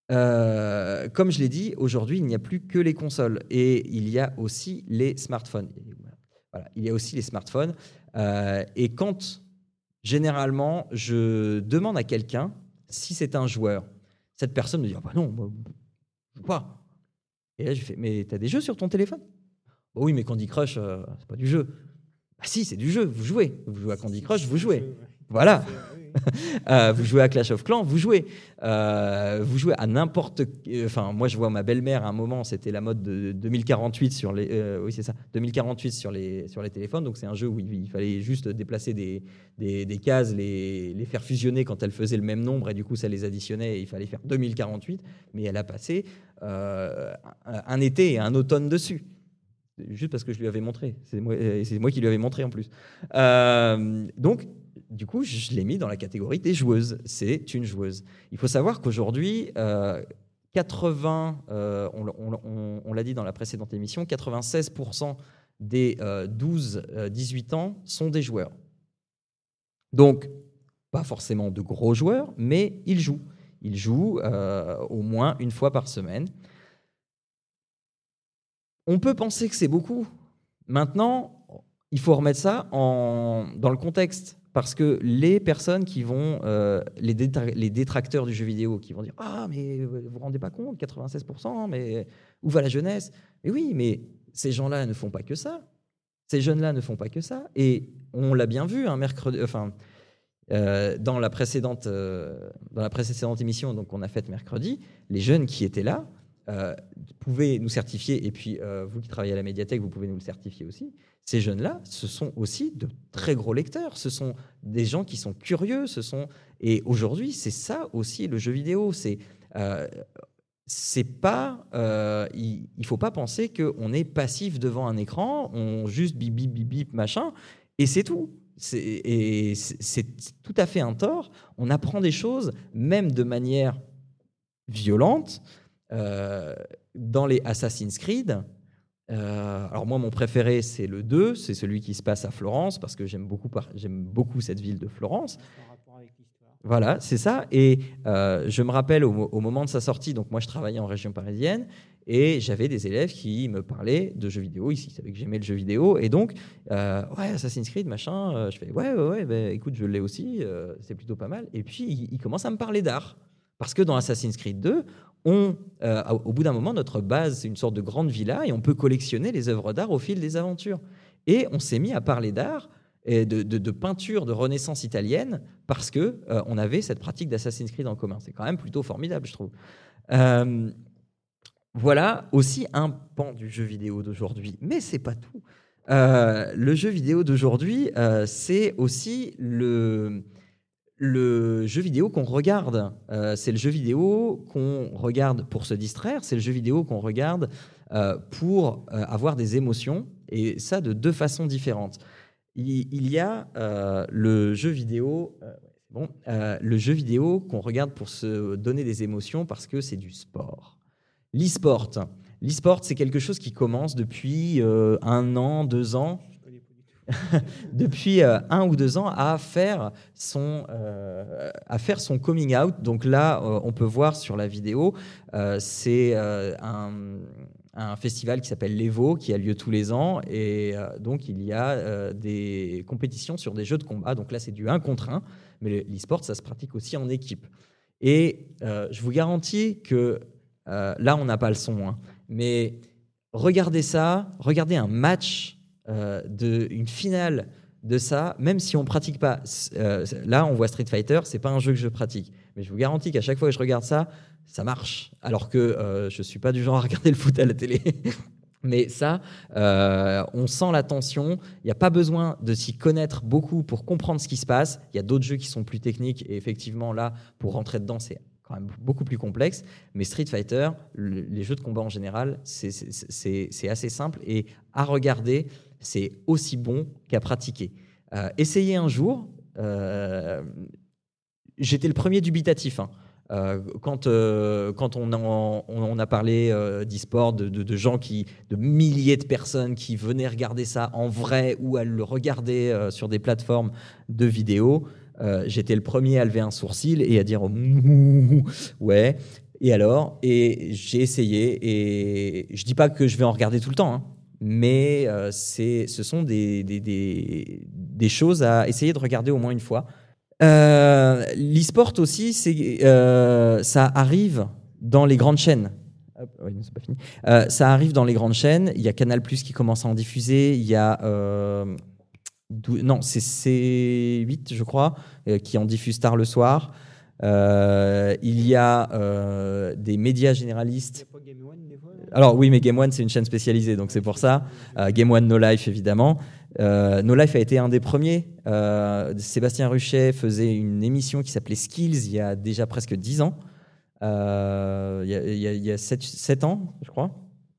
Euh, comme je l'ai dit, aujourd'hui, il n'y a plus que les consoles et il y a aussi les smartphones. Voilà, il y a aussi les smartphones. Euh, et quand, généralement, je demande à quelqu'un si c'est un joueur, cette personne me dit « Ah bah non, moi, je joue pas ». Et là, je fais « Mais t'as des jeux sur ton téléphone ?»« Oh oui, mais Candy Crush, euh, c'est pas du jeu. » « Bah si, c'est du jeu, vous jouez. Vous jouez à Candy Crush, vous jouez. » Voilà. euh, vous jouez à Clash of Clans, vous jouez. Euh, vous jouez à n'importe. Enfin, moi, je vois ma belle-mère à un moment, c'était la mode de deux mille quarante-huit sur les. Euh, oui, c'est ça. deux mille quarante-huit sur les sur les téléphones. Donc, c'est un jeu où il, il fallait juste déplacer des des, des cases, les les faire fusionner quand elles faisaient le même nombre, et du coup, ça les additionnait. Et il fallait faire deux mille quarante-huit. Mais elle a passé euh, un été et un automne dessus. Juste parce que je lui avais montré. C'est moi, c'est moi qui lui avais montré en plus. Euh, donc, du coup, je l'ai mis dans la catégorie des joueuses. C'est une joueuse. Il faut savoir qu'aujourd'hui, euh, quatre-vingts, euh, on, on, on, on l'a dit dans la précédente émission, quatre-vingt-seize pour cent des euh, douze dix-huit ans sont des joueurs. Donc, pas forcément de gros joueurs, mais ils jouent. Ils jouent euh, au moins une fois par semaine. On peut penser que c'est beaucoup. Maintenant, il faut remettre ça en, dans le contexte. Parce que les personnes qui vont, euh, les, détra- les détracteurs du jeu vidéo, qui vont dire « Ah, mais vous ne vous rendez pas compte, quatre-vingt-seize pour cent, mais où va la jeunesse ?» Mais oui, mais ces gens-là ne font pas que ça. Ces jeunes-là ne font pas que ça. Et on l'a bien vu, un mercredi, enfin, euh, dans, la précédente, euh, dans la précédente émission donc, qu'on a faite mercredi, les jeunes qui étaient là, Euh, pouvez nous certifier, et puis euh, vous qui travaillez à la médiathèque, vous pouvez nous le certifier aussi, ces jeunes-là, ce sont aussi de très gros lecteurs, ce sont des gens qui sont curieux, ce sont... et aujourd'hui, c'est ça aussi le jeu vidéo, c'est, euh, c'est pas, euh, il ne faut pas penser qu'on est passif devant un écran, on juste bip, bip, bip, bip, machin, et c'est tout. C'est, et c'est, c'est tout à fait un tort, on apprend des choses, même de manière violente. Euh, dans les Assassin's Creed, euh, alors moi mon préféré c'est le deux, c'est celui qui se passe à Florence parce que j'aime beaucoup, j'aime beaucoup cette ville de Florence. Voilà, c'est ça. Et euh, je me rappelle au, au moment de sa sortie, donc moi je travaillais en région parisienne et j'avais des élèves qui me parlaient de jeux vidéo, ils savaient que j'aimais le jeu vidéo et donc euh, ouais Assassin's Creed machin, euh, je fais ouais ouais ouais bah, écoute je l'ai aussi, euh, c'est plutôt pas mal. Et puis ils il commencent à me parler d'art parce que dans Assassin's Creed deux On, euh, au bout d'un moment, notre base, c'est une sorte de grande villa et on peut collectionner les œuvres d'art au fil des aventures. Et on s'est mis à parler d'art, et de, de, de peinture de Renaissance italienne, parce qu'on euh, avait cette pratique d'Assassin's Creed en commun. C'est quand même plutôt formidable, je trouve. Euh, voilà aussi un pan du jeu vidéo d'aujourd'hui. Mais c'est pas tout. Euh, le jeu vidéo d'aujourd'hui, euh, c'est aussi le, le jeu vidéo qu'on regarde. Euh, c'est le jeu vidéo qu'on regarde pour se distraire, c'est le jeu vidéo qu'on regarde euh, pour euh, avoir des émotions, et ça de deux façons différentes. Il, il y a euh, le jeu vidéo... Euh, Bon, euh, le jeu vidéo qu'on regarde pour se donner des émotions parce que c'est du sport. L'e-sport. L'e-sport, c'est quelque chose qui commence depuis euh, un an, deux ans, depuis euh, un ou deux ans à faire son, euh, à faire son coming out. Donc là, euh, on peut voir sur la vidéo, euh, c'est euh, un, un festival qui s'appelle l'Evo, qui a lieu tous les ans. Et euh, donc, il y a euh, des compétitions sur des jeux de combat. Donc là, c'est du un contre un. Mais l'e-sport, ça se pratique aussi en équipe. Et euh, je vous garantis que euh, là, on n'a pas le son, hein, mais regardez ça, regardez un match, euh, de, une finale de ça, même si on ne pratique pas. Euh, là, on voit Street Fighter, ce n'est pas un jeu que je pratique. Mais je vous garantis qu'à chaque fois que je regarde ça, ça marche. Alors que euh, je ne suis pas du genre à regarder le foot à la télé. Mais ça, euh, on sent la tension. Il n'y a pas besoin de s'y connaître beaucoup pour comprendre ce qui se passe. Il y a d'autres jeux qui sont plus techniques. Et effectivement, là, pour rentrer dedans, c'est quand même beaucoup plus complexe. Mais Street Fighter, le, les jeux de combat en général, c'est, c'est, c'est, c'est assez simple. Et à regarder, c'est aussi bon qu'à pratiquer. Euh, essayez un jour. Euh, j'étais le premier dubitatif, hein. Euh, quand, euh, quand on, en, on, on a parlé euh, d'e-sport, de, de, de gens qui, de milliers de personnes qui venaient regarder ça en vrai ou à le regarder euh, sur des plateformes de vidéos, euh, j'étais le premier à lever un sourcil et à dire oh, ouais. Et alors, et j'ai essayé, et je dis pas que je vais en regarder tout le temps, hein, mais euh, c'est, ce sont des, des, des, des choses à essayer de regarder au moins une fois. Euh, l'e-sport aussi, c'est, euh, ça arrive dans les grandes chaînes. Hop, oui, non, c'est pas fini. Euh, ça arrive dans les grandes chaînes. Il y a Canal plus qui commence à en diffuser. Il y a euh, dou- non, c'est C huit, je crois, euh, qui en diffuse tard le soir. Euh, il y a euh, des médias généralistes. Il y a pas Game One, des fois, hein. Alors oui, mais Game One, c'est une chaîne spécialisée, donc c'est pour ça. Euh, Game One No Life, évidemment. Euh, No Life a été un des premiers. Euh, Sébastien Ruchet faisait une émission qui s'appelait Skills il y a déjà presque dix ans. Euh, il y a, il y a, il y a sept ans, je crois.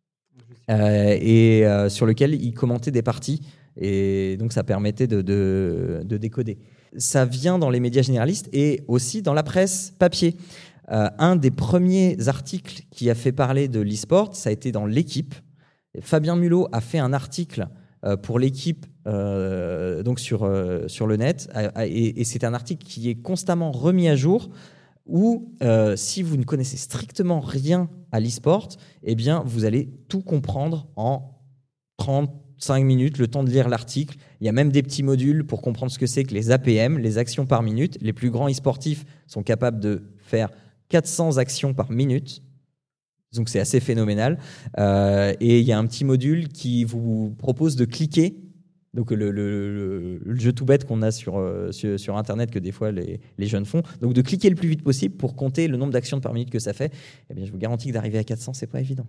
Euh, et euh, sur lequel il commentait des parties. Et donc, ça permettait de, de, de décoder. Ça vient dans les médias généralistes et aussi dans la presse papier. Euh, un des premiers articles qui a fait parler de l'e-sport, ça a été dans L'Équipe. Fabien Mulot a fait un article euh, pour L'Équipe euh, donc sur, euh, sur le net. Et, et c'est un article qui est constamment remis à jour où, euh, si vous ne connaissez strictement rien à l'e-sport, eh bien, vous allez tout comprendre en trente-cinq minutes, le temps de lire l'article. Il y a même des petits modules pour comprendre ce que c'est que les A P M, les actions par minute. Les plus grands e-sportifs sont capables de faire quatre cents actions par minute. Donc, c'est assez phénoménal. Euh, et il y a un petit module qui vous propose de cliquer. Donc, le, le, le, le jeu tout bête qu'on a sur, euh, sur, sur Internet, que des fois les, les jeunes font. Donc, de cliquer le plus vite possible pour compter le nombre d'actions par minute que ça fait. Eh bien, je vous garantis que d'arriver à quatre cents, ce n'est pas évident.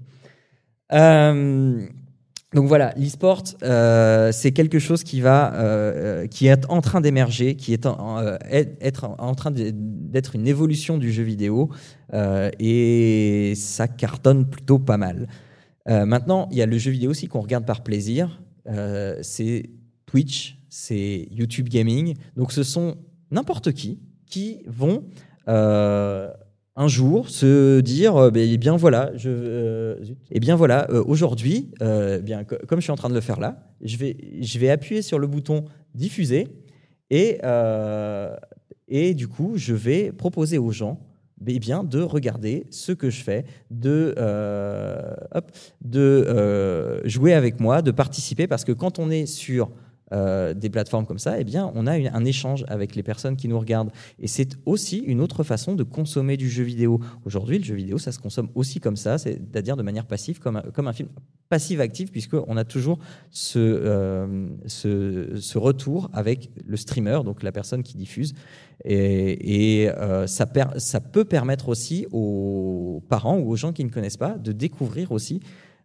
Euh, donc, voilà, l'e-sport, euh, c'est quelque chose qui, va, euh, qui est en train d'émerger, qui est en, euh, être en train de, d'être une évolution du jeu vidéo. Euh, et ça cartonne plutôt pas mal. Euh, maintenant, il y a le jeu vidéo aussi qu'on regarde par plaisir. Euh, c'est Twitch, c'est YouTube Gaming. Donc, ce sont n'importe qui qui vont euh, un jour se dire euh, eh bien voilà, je, euh, eh bien voilà, euh, aujourd'hui, euh, bien co- comme je suis en train de le faire là, je vais, je vais appuyer sur le bouton diffuser et euh, et du coup, je vais proposer aux gens eh bien, de regarder ce que je fais, de, euh, hop, de euh, jouer avec moi, de participer, parce que quand on est sur euh, des plateformes comme ça, eh bien, on a une, un échange avec les personnes qui nous regardent. Et c'est aussi une autre façon de consommer du jeu vidéo. Aujourd'hui, le jeu vidéo, ça se consomme aussi comme ça, c'est-à-dire de manière passive, comme un, comme un film passif-actif, puisqu'on a toujours ce, euh, ce, ce retour avec le streamer, donc la personne qui diffuse. Et, et euh, ça, per, ça peut permettre aussi aux parents ou aux gens qui ne connaissent pas de découvrir aussi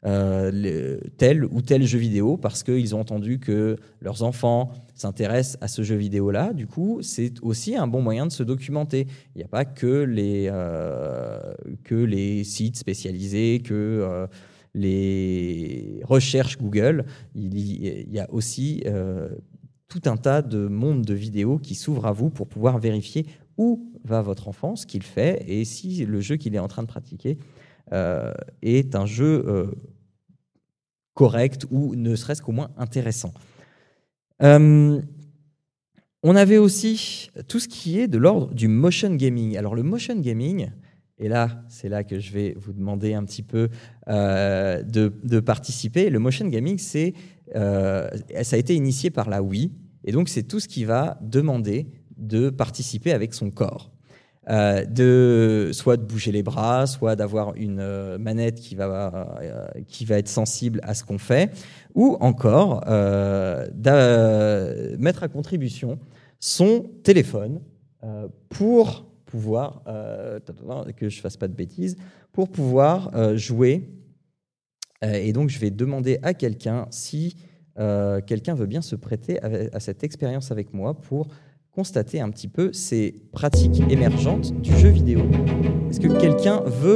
euh, le, tel ou tel jeu vidéo parce qu'ils ont entendu que leurs enfants s'intéressent à ce jeu vidéo-là. Du coup, c'est aussi un bon moyen de se documenter. Il n'y a pas que les, euh, que les sites spécialisés, que euh, les recherches Google. Il y, il y a aussi euh, tout un tas de mondes de vidéos qui s'ouvrent à vous pour pouvoir vérifier où va votre enfant, ce qu'il fait, et si le jeu qu'il est en train de pratiquer euh, est un jeu euh, correct ou ne serait-ce qu'au moins intéressant. Euh, on avait aussi tout ce qui est de l'ordre du motion gaming. Alors le motion gaming, et là, c'est là que je vais vous demander un petit peu euh, de, de participer. Le motion gaming, c'est, euh, ça a été initié par la Wii, et donc c'est tout ce qui va demander de participer avec son corps. Euh, de, soit de bouger les bras, soit d'avoir une euh, manette qui va, euh, qui va être sensible à ce qu'on fait, ou encore euh, de mettre à contribution son téléphone euh, pour pouvoir, euh, que je ne fasse pas de bêtises, pour pouvoir euh, jouer. Euh, et donc, je vais demander à quelqu'un si euh, quelqu'un veut bien se prêter à, à cette expérience avec moi pour constater un petit peu ces pratiques émergentes du jeu vidéo. Est-ce que quelqu'un veut...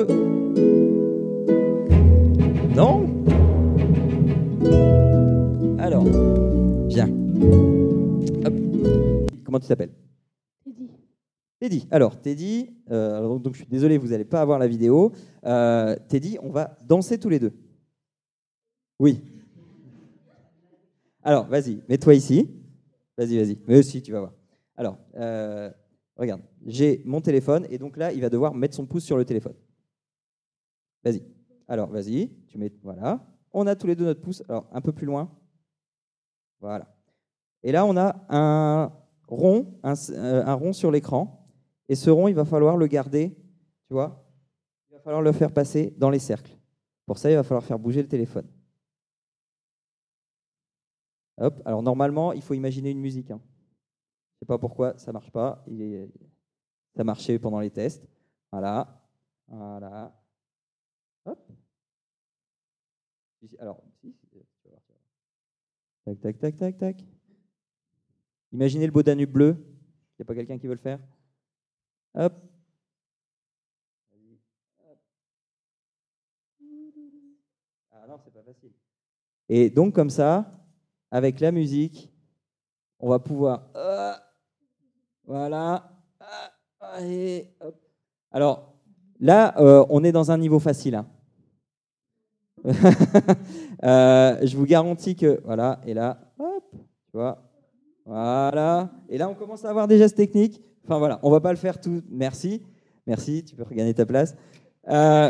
Non ? Alors, viens. Hop. Comment tu t'appelles ? Teddy. Teddy. Alors, Teddy, euh, alors, donc je suis désolé, vous n'allez pas avoir la vidéo. Euh, Teddy, on va danser tous les deux. Oui. Alors, vas-y, mets-toi ici. Vas-y, vas-y. Mais aussi, tu vas voir. Alors, euh, regarde, j'ai mon téléphone et donc là, il va devoir mettre son pouce sur le téléphone. Vas-y. Alors, vas-y, tu mets, voilà. On a tous les deux notre pouce. Alors, un peu plus loin. Voilà. Et là, on a un rond, un, un rond sur l'écran. Et ce rond, il va falloir le garder, tu vois. Il va falloir le faire passer dans les cercles. Pour ça, il va falloir faire bouger le téléphone. Hop. Alors, normalement, il faut imaginer une musique, hein. Je ne sais pas pourquoi ça ne marche pas. Il est... Ça marchait pendant les tests. Voilà. Voilà. Hop. Alors, si, tac, tac, tac, tac, tac. Imaginez le beau Danube bleu. Il n'y a pas quelqu'un qui veut le faire ? Hop. Ah non, c'est pas facile. Et donc, comme ça, avec la musique, on va pouvoir... Euh, voilà. Et hop. Alors, là, euh, on est dans un niveau facile. Hein. euh, je vous garantis que... Voilà, et là, hop, tu vois. Voilà. Et là, on commence à avoir des gestes techniques. Enfin, voilà, on ne va pas le faire tout. Merci. Merci, tu peux regagner ta place. Euh,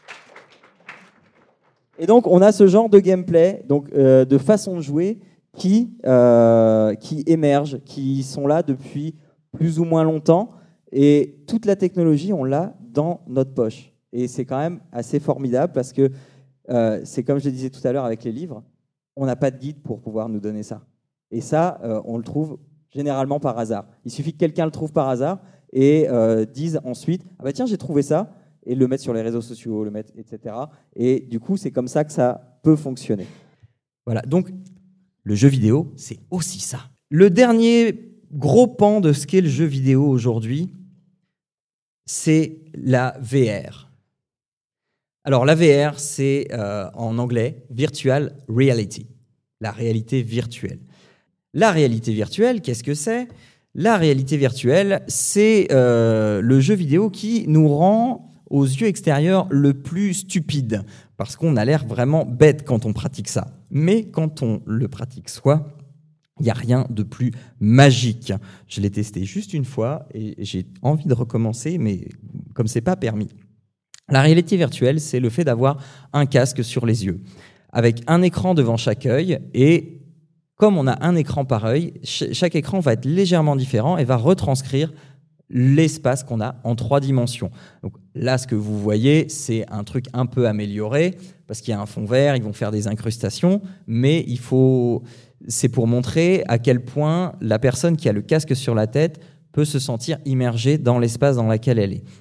et donc, on a ce genre de gameplay, donc, euh, de façon de jouer qui, euh, qui émergent, qui sont là depuis plus ou moins longtemps. Et toute la technologie, on l'a dans notre poche. Et c'est quand même assez formidable parce que euh, c'est comme je le disais tout à l'heure avec les livres, on n'a pas de guide pour pouvoir nous donner ça. Et ça, euh, on le trouve généralement par hasard. Il suffit que quelqu'un le trouve par hasard et euh, dise ensuite « Ah bah tiens, j'ai trouvé ça » et le mettre sur les réseaux sociaux, le mettre, et cetera. Et du coup, c'est comme ça que ça peut fonctionner. Voilà, donc le jeu vidéo, c'est aussi ça. Le dernier gros pan de ce qu'est le jeu vidéo aujourd'hui, c'est la V R. Alors la V R, c'est euh, en anglais Virtual Reality, la réalité virtuelle. La réalité virtuelle, qu'est-ce que c'est ? La réalité virtuelle, c'est euh, le jeu vidéo qui nous rend, aux yeux extérieurs, le plus stupide, parce qu'on a l'air vraiment bête quand on pratique ça. Mais quand on le pratique soi, il n'y a rien de plus magique. Je l'ai testé juste une fois et j'ai envie de recommencer, mais comme ce n'est pas permis. La réalité virtuelle, c'est le fait d'avoir un casque sur les yeux, avec un écran devant chaque œil, et comme on a un écran par œil, chaque écran va être légèrement différent et va retranscrire l'espace qu'on a en trois dimensions. Donc là, ce que vous voyez, c'est un truc un peu amélioré, parce qu'il y a un fond vert, ils vont faire des incrustations, mais il faut... c'est pour montrer à quel point la personne qui a le casque sur la tête peut se sentir immergée dans l'espace dans lequel elle est.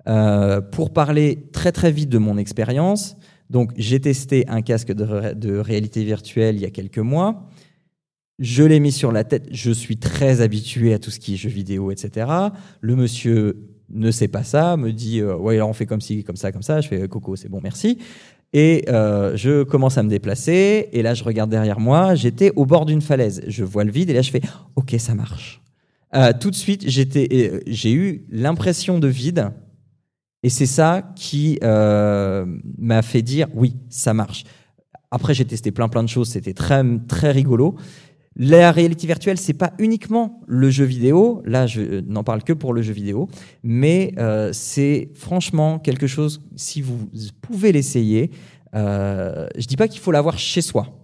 Euh, pour parler très très vite de mon expérience, donc j'ai testé un casque de, ré- de réalité virtuelle il y a quelques mois. Je l'ai mis sur la tête. Je suis très habitué à tout ce qui est jeux vidéo, et cetera. Le monsieur ne sait pas ça, me dit euh, ouais, alors on fait comme ci, comme ça, comme ça. Je fais Coco, c'est bon, merci. Et euh, je commence à me déplacer. Et là, je regarde derrière moi. J'étais au bord d'une falaise. Je vois le vide et là, je fais ok, ça marche. Euh, tout de suite, j'étais, euh, j'ai eu l'impression de vide. Et c'est ça qui euh, m'a fait dire oui, ça marche. Après, j'ai testé plein plein de choses. C'était très très rigolo. La réalité virtuelle, c'est pas uniquement le jeu vidéo. Là, je n'en parle que pour le jeu vidéo, mais euh, c'est franchement quelque chose. Si vous pouvez l'essayer, euh, je dis pas qu'il faut l'avoir chez soi.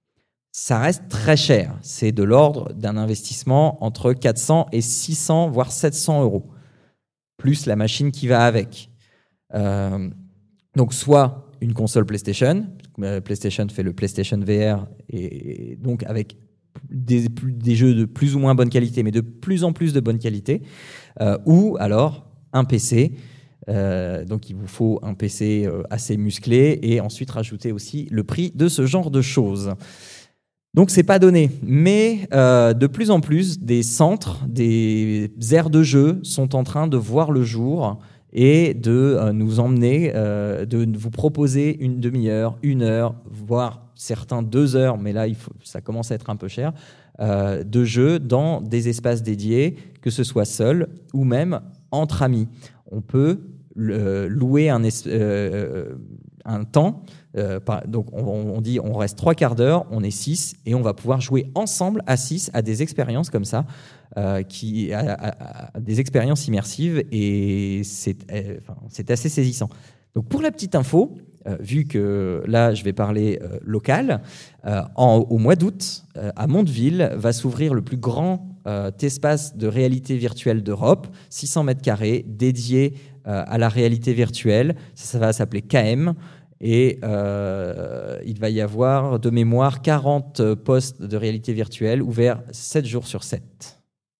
Ça reste très cher. C'est de l'ordre d'un investissement entre quatre cents et six cents, voire sept cents euros, plus la machine qui va avec. Euh, donc, soit une console PlayStation. PlayStation fait le PlayStation V R, et donc avec Des, des jeux de plus ou moins bonne qualité, mais de plus en plus de bonne qualité, euh, ou alors un P C. Euh, donc il vous faut un P C euh, assez musclé, et ensuite rajouter aussi le prix de ce genre de choses. Donc c'est pas donné, mais euh, de plus en plus des centres, des aires de jeu sont en train de voir le jour et de euh, nous emmener, euh, de vous proposer une demi-heure, une heure, voire certains deux heures, mais là il faut, ça commence à être un peu cher, euh, de jeu dans des espaces dédiés, que ce soit seul ou même entre amis. On peut euh, louer un, es- euh, un temps, euh, par, donc on, on dit on reste trois quarts d'heure, on est six, et on va pouvoir jouer ensemble à six à des expériences comme ça, euh, qui, à, à, à des expériences immersives, et c'est, euh, enfin, c'est assez saisissant. Donc pour la petite info, Euh, vu que là, je vais parler euh, local, euh, en, au mois d'août, euh, à Mondeville, va s'ouvrir le plus grand euh, espace de réalité virtuelle d'Europe, six cents mètres carrés, dédié euh, à la réalité virtuelle. Ça, ça va s'appeler K M. Et euh, il va y avoir, de mémoire, quarante postes de réalité virtuelle ouverts sept jours sur sept.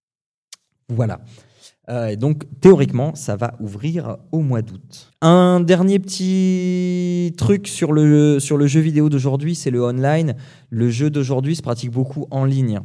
Voilà. Euh, et donc, théoriquement, ça va ouvrir au mois d'août. Un dernier petit truc sur le, sur le jeu vidéo d'aujourd'hui, c'est le online. Le jeu d'aujourd'hui se pratique beaucoup en ligne.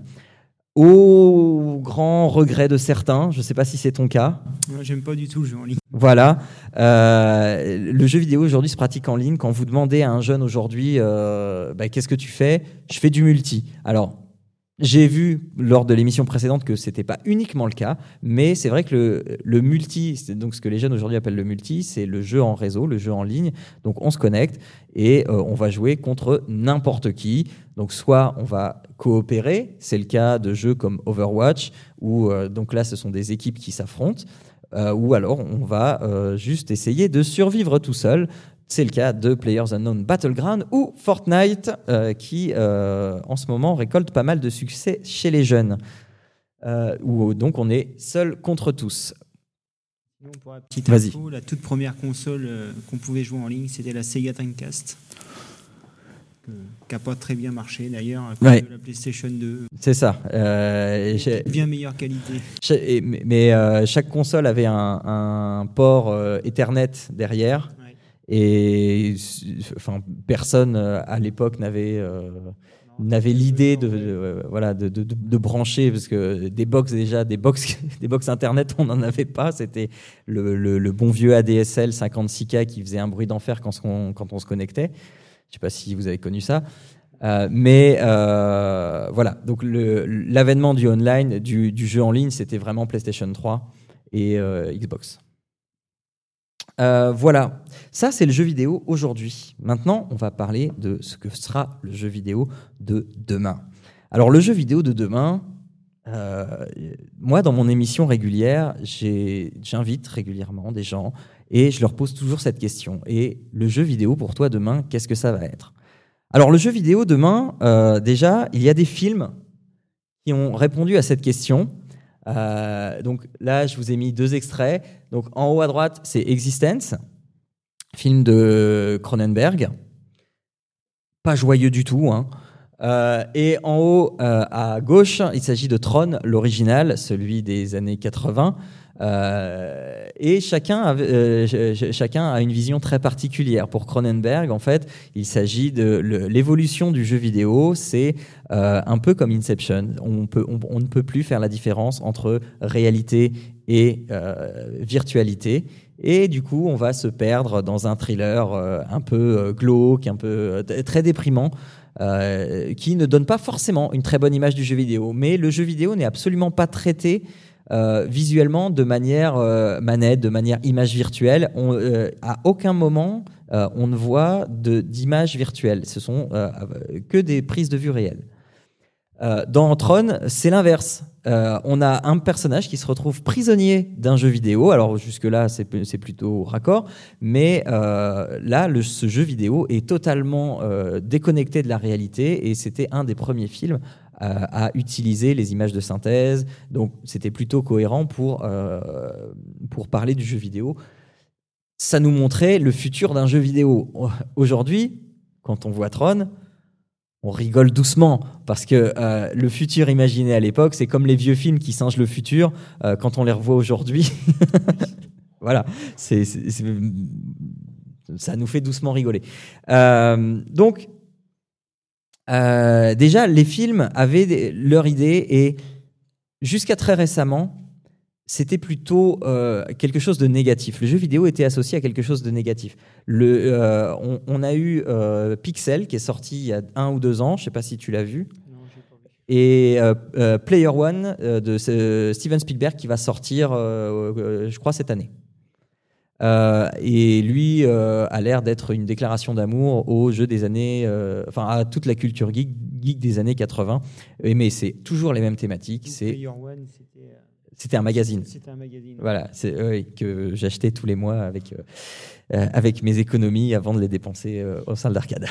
Au grand regret de certains, je ne sais pas si c'est ton cas. Moi, j'aime pas du tout le jeu en ligne. Voilà. Euh, le jeu vidéo aujourd'hui se pratique en ligne. Quand vous demandez à un jeune aujourd'hui, euh, bah, qu'est-ce que tu fais ? Je fais du multi. Alors, j'ai vu lors de l'émission précédente que c'était pas uniquement le cas, mais c'est vrai que le, le multi, c'est donc ce que les jeunes aujourd'hui appellent le multi, c'est le jeu en réseau, le jeu en ligne. Donc on se connecte et euh, on va jouer contre n'importe qui. Donc soit on va coopérer, c'est le cas de jeux comme Overwatch, où euh, donc là ce sont des équipes qui s'affrontent, euh, ou alors on va euh, juste essayer de survivre tout seul. C'est le cas de PlayerUnknown's Battleground ou Fortnite, euh, qui, euh, en ce moment, récolte pas mal de succès chez les jeunes. Euh, où donc, on est seul contre tous. Sinon, pour la petite Vas-y. info, la toute première console euh, qu'on pouvait jouer en ligne, c'était la Sega Dreamcast, que- qui n'a pas très bien marché, d'ailleurs, à cause Ouais. de la PlayStation deux. C'est ça. Euh, j'ai- Bien meilleure qualité. Cha- et- mais mais, euh, chaque console avait un, un port euh, Ethernet derrière. Ouais. Et enfin, personne euh, à l'époque n'avait euh, n'avait l'idée de, de, euh, voilà, de, de, de brancher, parce que des box déjà, des box, des box internet, on n'en avait pas. C'était le, le, le bon vieux A D S L cinquante-six K qui faisait un bruit d'enfer quand on, quand on se connectait. Je ne sais pas si vous avez connu ça. Euh, mais euh, voilà, donc le, l'avènement du online, du, du jeu en ligne, c'était vraiment PlayStation trois et euh, Xbox. Euh, voilà, ça c'est le jeu vidéo aujourd'hui. Maintenant, on va parler de ce que sera le jeu vidéo de demain. Alors le jeu vidéo de demain, euh, moi dans mon émission régulière, j'ai, j'invite régulièrement des gens et je leur pose toujours cette question. Et le jeu vidéo pour toi demain, qu'est-ce que ça va être ? Alors le jeu vidéo demain, euh, déjà, il y a des films qui ont répondu à cette question. Euh, donc là, je vous ai mis deux extraits. Donc en haut à droite, c'est Existence, film de Cronenberg. Pas joyeux du tout, hein. Euh, et en haut euh, à gauche, il s'agit de Tron, l'original, celui des années quatre-vingts, Euh, et chacun a, euh, chacun a une vision très particulière. Pour Cronenberg, en fait, il s'agit de le, l'évolution du jeu vidéo. C'est euh, un peu comme Inception. On, peut, on, on ne peut plus faire la différence entre réalité et euh, virtualité. Et du coup, on va se perdre dans un thriller euh, un peu euh, glauque, un peu euh, très déprimant, euh, qui ne donne pas forcément une très bonne image du jeu vidéo. Mais le jeu vidéo n'est absolument pas traité Euh, visuellement de manière euh, manette, de manière image virtuelle. On, euh, à aucun moment euh, on ne voit de, d'image virtuelle. Ce sont euh, que des prises de vue réelles. Euh, dans Tron, c'est l'inverse. Euh, on a un personnage qui se retrouve prisonnier d'un jeu vidéo. Alors jusque-là, c'est, c'est plutôt raccord, mais euh, là, le, ce jeu vidéo est totalement euh, déconnecté de la réalité, et c'était un des premiers films à utiliser les images de synthèse, donc c'était plutôt cohérent pour, euh, pour parler du jeu vidéo. Ça nous montrait le futur d'un jeu vidéo. Aujourd'hui, quand on voit Tron, on rigole doucement, parce que euh, le futur imaginé à l'époque, c'est comme les vieux films qui singent le futur, euh, quand on les revoit aujourd'hui. Voilà, c'est, c'est, c'est, ça nous fait doucement rigoler. Euh, donc, Euh, déjà, les films avaient des, leur idée, et jusqu'à très récemment, c'était plutôt euh, quelque chose de négatif. Le jeu vidéo était associé à quelque chose de négatif. Le, euh, on, on a eu euh, Pixel, qui est sorti il y a un ou deux ans, je ne sais pas si tu l'as vu, Non, j'ai pas vu. et euh, euh, Player One euh, de euh, Steven Spielberg, qui va sortir, euh, euh, je crois, cette année. Euh, et lui euh, a l'air d'être une déclaration d'amour au jeu des années, euh, enfin à toute la culture geek, geek des années quatre-vingts. Et, mais c'est toujours les mêmes thématiques. Donc, c'est, Player One, c'était, euh, c'était un magazine. C'était un magazine. Voilà, c'est, oui, que j'achetais tous les mois avec, euh, avec mes économies avant de les dépenser euh, au sein de l'arcade.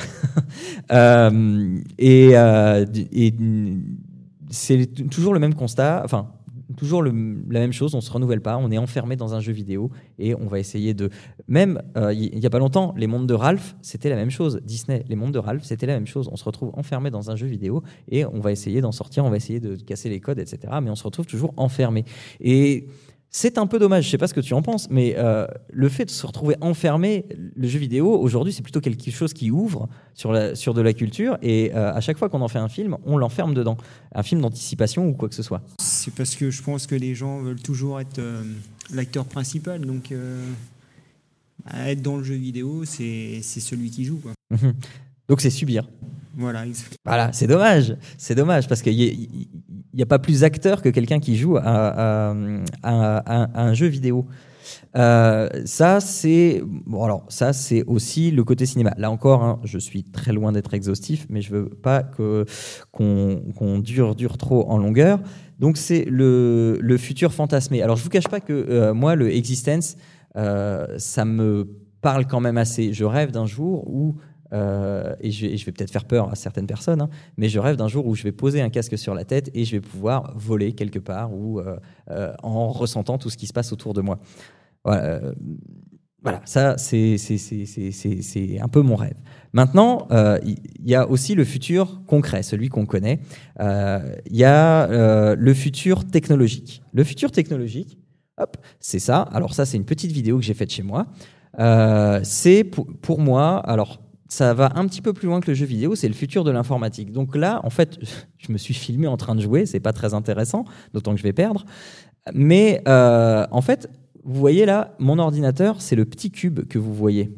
euh, et, euh, et c'est toujours le même constat. Enfin. Toujours le, la même chose, on ne se renouvelle pas, on est enfermé dans un jeu vidéo, et on va essayer de... Même, euh, il n'y a pas longtemps, les mondes de Ralph, c'était la même chose. Disney, les mondes de Ralph, c'était la même chose. On se retrouve enfermé dans un jeu vidéo, et on va essayer d'en sortir, on va essayer de casser les codes, et cetera. Mais on se retrouve toujours enfermé. Et c'est un peu dommage, je ne sais pas ce que tu en penses, mais euh, le fait de se retrouver enfermé, le jeu vidéo, aujourd'hui, c'est plutôt quelque chose qui ouvre sur, la, sur de la culture, et euh, à chaque fois qu'on en fait un film, on l'enferme dedans. Un film d'anticipation ou quoi que ce soit. C'est parce que je pense que les gens veulent toujours être euh, l'acteur principal, donc euh, être dans le jeu vidéo, c'est, c'est celui qui joue, quoi. Donc c'est subir. Voilà, exactement. Voilà, c'est dommage, c'est dommage, parce qu'il n'y a, a pas plus acteur que quelqu'un qui joue à, à, à, à, à un jeu vidéo. Euh, ça, c'est bon, alors ça, c'est aussi le côté cinéma. Là encore, hein, je suis très loin d'être exhaustif, mais je veux pas que qu'on, qu'on dure dure trop en longueur. Donc c'est le le futur fantasmé. Alors je vous cache pas que euh, moi, le Existence, euh, ça me parle quand même assez. Je rêve d'un jour où Euh, et, je vais, et je vais peut-être faire peur à certaines personnes, hein, mais je rêve d'un jour où je vais poser un casque sur la tête et je vais pouvoir voler quelque part, ou euh, euh, en ressentant tout ce qui se passe autour de moi. Voilà, euh, voilà, ça c'est, c'est, c'est, c'est, c'est, c'est un peu mon rêve. Maintenant, il euh, y, y a aussi le futur concret, celui qu'on connaît. Il euh, y a euh, le futur technologique. Le futur technologique, hop, c'est ça. Alors ça, c'est une petite vidéo que j'ai faite chez moi. Euh, c'est pour, pour moi, alors ça va un petit peu plus loin que le jeu vidéo, c'est le futur de l'informatique. Donc là, en fait, je me suis filmé en train de jouer, c'est pas très intéressant, d'autant que je vais perdre. Mais euh, en fait, vous voyez là, mon ordinateur, c'est le petit cube que vous voyez.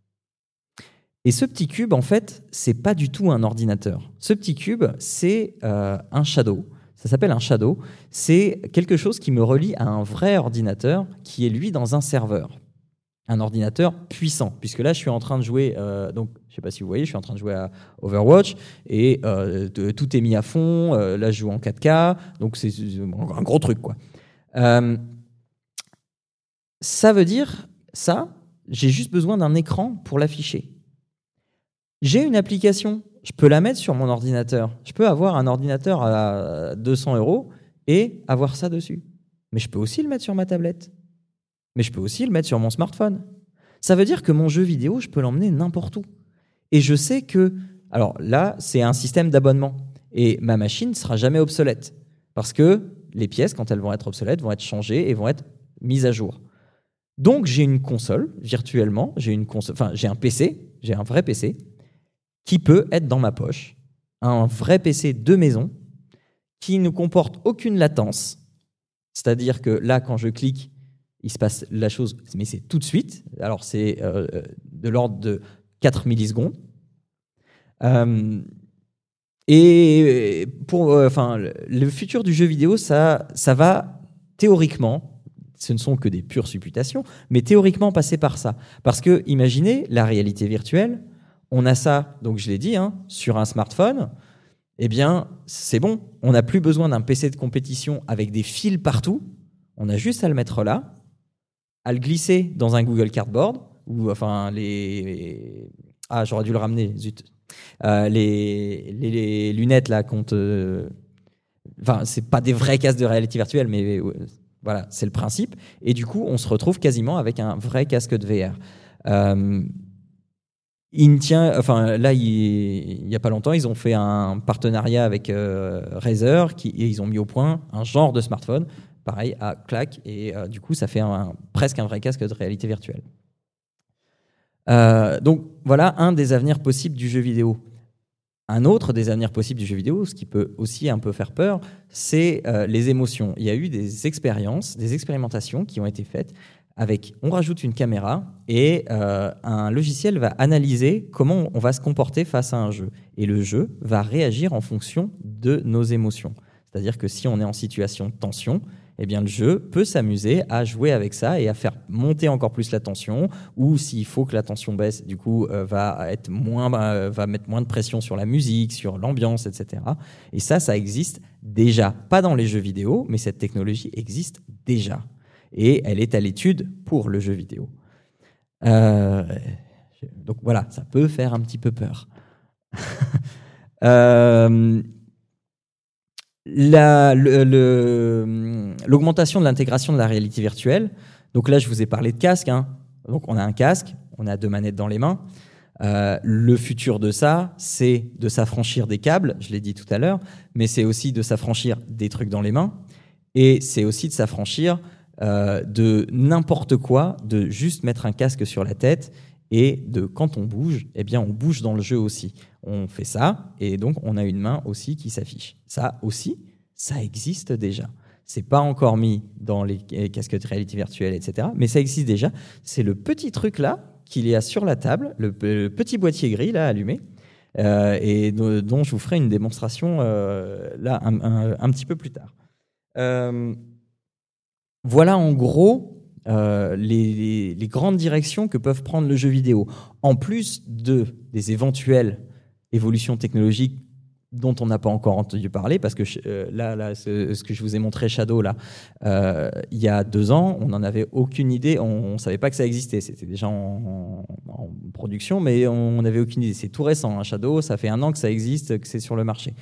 Et ce petit cube, en fait, c'est pas du tout un ordinateur. Ce petit cube, c'est euh, un shadow. Ça s'appelle un shadow. C'est quelque chose qui me relie à un vrai ordinateur qui est, lui, dans un serveur. Un ordinateur puissant, puisque là je suis en train de jouer, euh, donc je sais pas si vous voyez, je suis en train de jouer à Overwatch, et euh, de, tout est mis à fond, euh, là je joue en quatre K, donc c'est un gros truc, quoi. Euh, ça veut dire, ça, j'ai juste besoin d'un écran pour l'afficher. J'ai une application, je peux la mettre sur mon ordinateur, je peux avoir un ordinateur à deux cents euros et avoir ça dessus, mais je peux aussi le mettre sur ma tablette. Mais je peux aussi le mettre sur mon smartphone. Ça veut dire que mon jeu vidéo, je peux l'emmener n'importe où. Et je sais que... Alors là, c'est un système d'abonnement. Et ma machine ne sera jamais obsolète. Parce que les pièces, quand elles vont être obsolètes, vont être changées et vont être mise à jour. Donc j'ai une console virtuellement, j'ai une console, enfin j'ai un P C, j'ai un vrai P C qui peut être dans ma poche, un vrai P C de maison qui ne comporte aucune latence. C'est-à-dire que là, quand je clique, il se passe la chose, mais c'est tout de suite. Alors c'est euh, de l'ordre de quatre millisecondes. Euh, et pour, euh, enfin, le futur du jeu vidéo, ça, ça va théoriquement, ce ne sont que des pures supputations, mais théoriquement passer par ça. Parce que, imaginez, la réalité virtuelle, on a ça, donc je l'ai dit, hein, sur un smartphone, eh bien, c'est bon, on n'a plus besoin d'un P C de compétition avec des fils partout, on a juste à le mettre là, à le glisser dans un Google Cardboard, ou enfin, les... Ah, j'aurais dû le ramener, zut. Euh, les, les, les lunettes là comptent. Euh, enfin, c'est pas des vrais casques de réalité virtuelle, mais euh, voilà, c'est le principe. Et du coup, on se retrouve quasiment avec un vrai casque de V R. Euh, il tient, enfin là, il, il y a pas longtemps, ils ont fait un partenariat avec euh, Razer, qui, et ils ont mis au point un genre de smartphone, pareil à claque, et euh, du coup, ça fait un, presque un vrai casque de réalité virtuelle. Euh, donc voilà un des avenirs possibles du jeu vidéo. Un autre des avenirs possibles du jeu vidéo, ce qui peut aussi un peu faire peur, c'est euh, les émotions. Il y a eu des expériences, des expérimentations qui ont été faites avec, on rajoute une caméra et euh, un logiciel va analyser comment on va se comporter face à un jeu. Et le jeu va réagir en fonction de nos émotions. C'est-à-dire que si on est en situation de tension, eh bien, le jeu peut s'amuser à jouer avec ça et à faire monter encore plus la tension, ou s'il faut que la tension baisse, du coup, euh, va, être moins, euh, va mettre moins de pression sur la musique, sur l'ambiance, et cetera. Et ça, ça existe déjà. Pas dans les jeux vidéo, mais cette technologie existe déjà. Et elle est à l'étude pour le jeu vidéo. Euh, donc voilà, ça peut faire un petit peu peur. euh, La, le, le, l'augmentation de l'intégration de la réalité virtuelle. Donc là, je vous ai parlé de casque. Hein. Donc on a un casque, on a deux manettes dans les mains. Euh, le futur de ça, c'est de s'affranchir des câbles, je l'ai dit tout à l'heure, mais c'est aussi de s'affranchir des trucs dans les mains. Et c'est aussi de s'affranchir euh, de n'importe quoi, de juste mettre un casque sur la tête et de quand on bouge, eh bien on bouge dans le jeu aussi. On fait ça et donc on a une main aussi qui s'affiche. Ça aussi, ça existe déjà. C'est pas encore mis dans les casques de réalité virtuelle, et cetera. Mais ça existe déjà. C'est le petit truc là qu'il y a sur la table, le, le petit boîtier gris là allumé, euh, et de, dont je vous ferai une démonstration euh, là un, un, un petit peu plus tard. Euh, voilà en gros. Euh, les, les, les grandes directions que peuvent prendre le jeu vidéo, en plus de, des éventuelles évolutions technologiques dont on n'a pas encore entendu parler, parce que euh, là, là ce, ce que je vous ai montré, Shadow, là, euh, il y a deux ans, on n'en avait aucune idée, on ne savait pas que ça existait, c'était déjà en, en, en production, mais on n'avait aucune idée. C'est tout récent, hein, Shadow, ça fait un an que ça existe, que c'est sur le marché.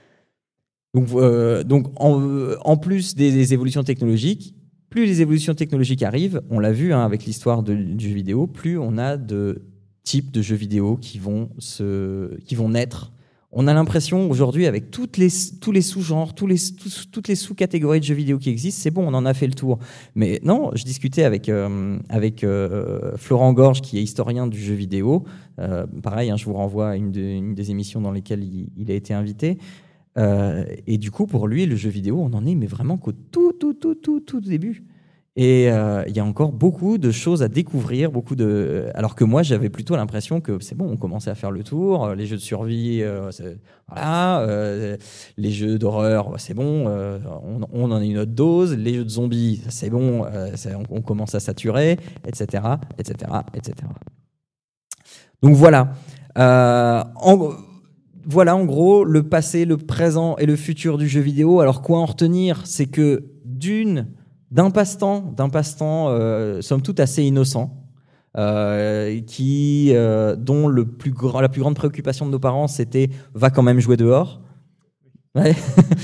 Donc, euh, donc en, en plus des, des évolutions technologiques, plus les évolutions technologiques arrivent, on l'a vu hein, avec l'histoire de, du jeu vidéo, plus on a de types de jeux vidéo qui vont, se, qui vont naître. On a l'impression aujourd'hui, avec toutes les, tous les sous-genres, tous les, tous, toutes les sous-catégories de jeux vidéo qui existent, c'est bon, on en a fait le tour. Mais non, je discutais avec, euh, avec euh, Florent Gorge, qui est historien du jeu vidéo. Euh, pareil, hein, je vous renvoie à une, de, une des émissions dans lesquelles il, il a été invité. Euh, et du coup, pour lui, le jeu vidéo, on en est mais vraiment qu'au tout, tout, tout, tout, tout début. Et il euh, y a encore beaucoup de choses à découvrir, beaucoup de. Alors que moi, j'avais plutôt l'impression que c'est bon, on commençait à faire le tour. Les jeux de survie, euh, c'est... voilà. Euh, les jeux d'horreur, c'est bon, euh, on, on en a une autre dose. Les jeux de zombies, c'est bon, euh, c'est, on, on commence à saturer, et cetera, et cetera, et cetera. Donc voilà. Euh, en... Voilà en gros le passé, le présent et le futur du jeu vidéo. Alors quoi en retenir ? C'est que d'une, d'un passe-temps, d'un passe-temps euh, somme toute assez innocent, euh, qui, euh, dont le plus grand, la plus grande préoccupation de nos parents c'était va quand même jouer dehors. Ouais.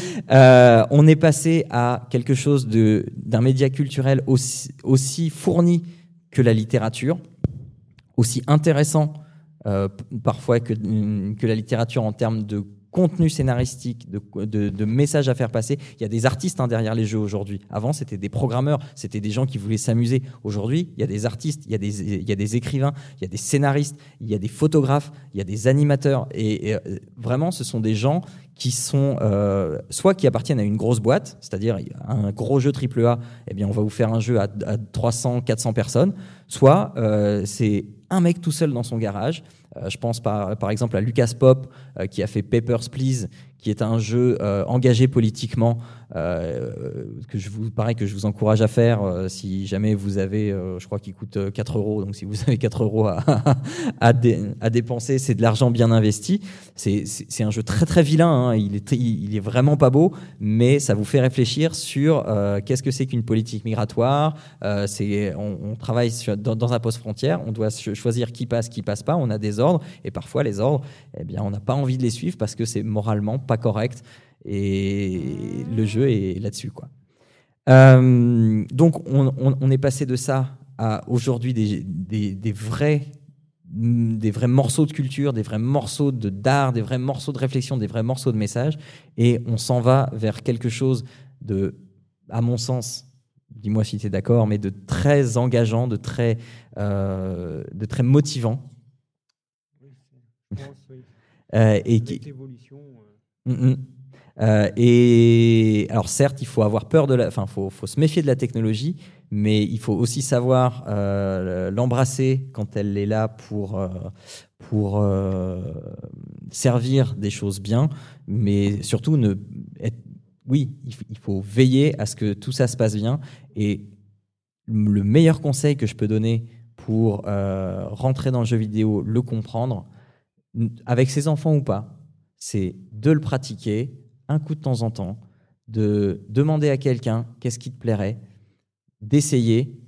euh, on est passé à quelque chose de, d'un média culturel aussi, aussi fourni que la littérature, aussi intéressant Euh, parfois que, que la littérature en termes de contenu scénaristique, de, de, de messages à faire passer. Il y a des artistes hein, derrière les jeux aujourd'hui. Avant, c'était des programmeurs, c'était des gens qui voulaient s'amuser. Aujourd'hui, il y a des artistes, il y a des, il y a des écrivains, il y a des scénaristes, il y a des photographes, il y a des animateurs. Et, et vraiment, ce sont des gens qui sont euh, soit qui appartiennent à une grosse boîte, c'est-à-dire un gros jeu triple A, eh bien on va vous faire un jeu à, à trois cents, quatre cents personnes, soit euh, c'est un mec tout seul dans son garage. Euh, je pense par, par exemple à Lucas Pop euh, qui a fait Papers, Please, qui est un jeu euh, engagé politiquement, euh, que je vous, pareil, que je vous encourage à faire euh, si jamais vous avez, euh, je crois qu'il coûte quatre euros, donc si vous avez quatre euros à, à, dé, à dépenser, c'est de l'argent bien investi. C'est, c'est, c'est un jeu très très vilain, hein, il, est, il est vraiment pas beau, mais ça vous fait réfléchir sur euh, qu'est-ce que c'est qu'une politique migratoire. Euh, c'est, on, on travaille sur, dans, dans un poste frontière, on doit choisir qui passe, qui passe pas, on a des ordres, et parfois les ordres, eh bien, on n'a pas envie de les suivre parce que c'est moralement pas correct, et le jeu est là-dessus, quoi. Euh, donc on, on, on est passé de ça à aujourd'hui des, des, des vrais des vrais morceaux de culture, des vrais morceaux de d'art, des vrais morceaux de réflexion, des vrais morceaux de message, et on s'en va vers quelque chose de, à mon sens, dis-moi si tu es d'accord, mais de très engageant, de très euh, de très motivant. Oui, je pense, oui. Euh, et Avec qui... l'évolution. Euh... Mm-hmm. Euh, et alors certes, il faut avoir peur de la, enfin, faut, faut se méfier de la technologie, mais il faut aussi savoir euh, l'embrasser quand elle est là pour euh, pour euh, servir des choses bien, mais surtout ne être, oui, il faut veiller à ce que tout ça se passe bien. Et le meilleur conseil que je peux donner pour euh, rentrer dans le jeu vidéo, le comprendre, avec ses enfants ou pas, c'est de le pratiquer un coup de temps en temps, de demander à quelqu'un qu'est-ce qui te plairait, d'essayer,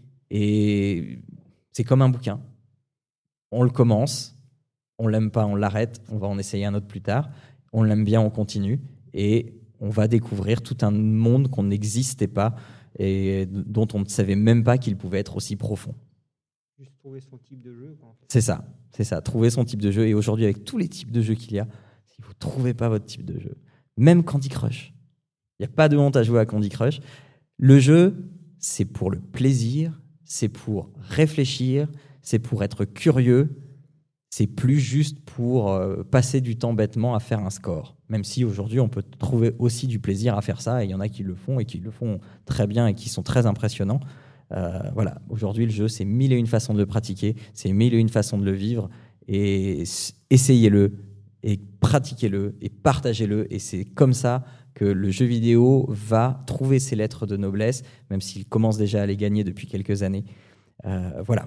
et c'est comme un bouquin. On le commence, on l'aime pas, on l'arrête, on va en essayer un autre plus tard, on l'aime bien, on continue, et on va découvrir tout un monde qu'on n'existait pas et dont on ne savait même pas qu'il pouvait être aussi profond. Juste trouver son type de jeu, quoi, en fait. C'est ça, c'est ça, trouver son type de jeu. Et aujourd'hui, avec tous les types de jeux qu'il y a, si vous ne trouvez pas votre type de jeu, même Candy Crush, il n'y a pas de honte à jouer à Candy Crush. Le jeu, c'est pour le plaisir, c'est pour réfléchir, c'est pour être curieux, c'est plus juste pour euh, passer du temps bêtement à faire un score. Même si aujourd'hui, on peut trouver aussi du plaisir à faire ça, et il y en a qui le font et qui le font très bien et qui sont très impressionnants. Euh, voilà, aujourd'hui, le jeu, c'est mille et une façons de le pratiquer, c'est mille et une façons de le vivre, et essayez-le, et pratiquez-le, et partagez-le, et c'est comme ça que le jeu vidéo va trouver ses lettres de noblesse, même s'il commence déjà à les gagner depuis quelques années. Euh, voilà.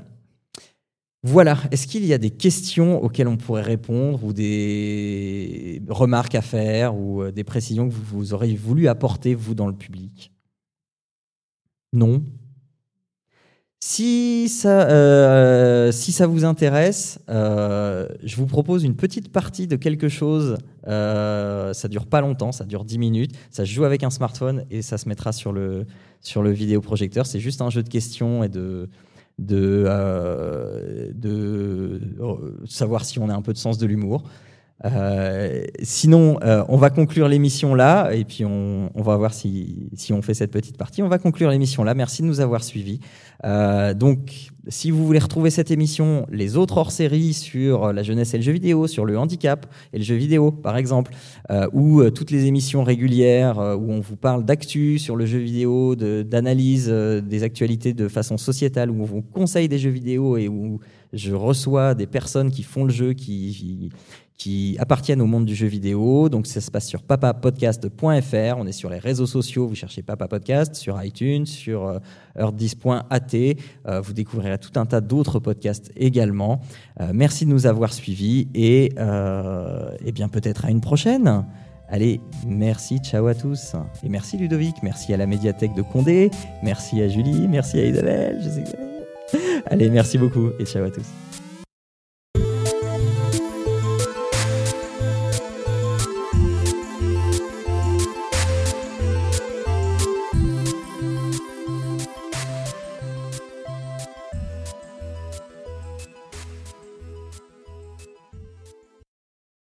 Voilà. Est-ce qu'il y a des questions auxquelles on pourrait répondre, ou des remarques à faire, ou des précisions que vous, vous auriez voulu apporter, vous, dans le public ? Non ? Si ça, euh, si ça vous intéresse, euh, je vous propose une petite partie de quelque chose. Euh, ça dure pas longtemps, ça dure dix minutes. Ça se joue avec un smartphone et ça se mettra sur le, sur le vidéoprojecteur. C'est juste un jeu de questions et de, de, euh, de savoir si on a un peu de sens de l'humour. Euh, sinon, euh, on va conclure l'émission là, et puis on, on va voir si, si on fait cette petite partie. On va conclure l'émission là. Merci de nous avoir suivis. Euh, donc, si vous voulez retrouver cette émission, les autres hors-séries sur la jeunesse et le jeu vidéo, sur le handicap et le jeu vidéo, par exemple, euh, ou euh, toutes les émissions régulières euh, où on vous parle d'actu sur le jeu vidéo, de, d'analyse euh, des actualités de façon sociétale, où on vous conseille des jeux vidéo et où je reçois des personnes qui font le jeu, qui... qui qui appartiennent au monde du jeu vidéo. Donc ça se passe sur papa podcast point f r. On est sur les réseaux sociaux, vous cherchez Papa Podcast, sur iTunes, sur euh, heure dix point a t. Euh, vous découvrirez tout un tas d'autres podcasts également. Euh, merci de nous avoir suivis, et, euh, et bien peut-être à une prochaine. Allez, merci, ciao à tous. Et merci Ludovic, merci à la médiathèque de Condé, merci à Julie, merci à Isabelle. Je sais que... Allez, merci beaucoup et ciao à tous.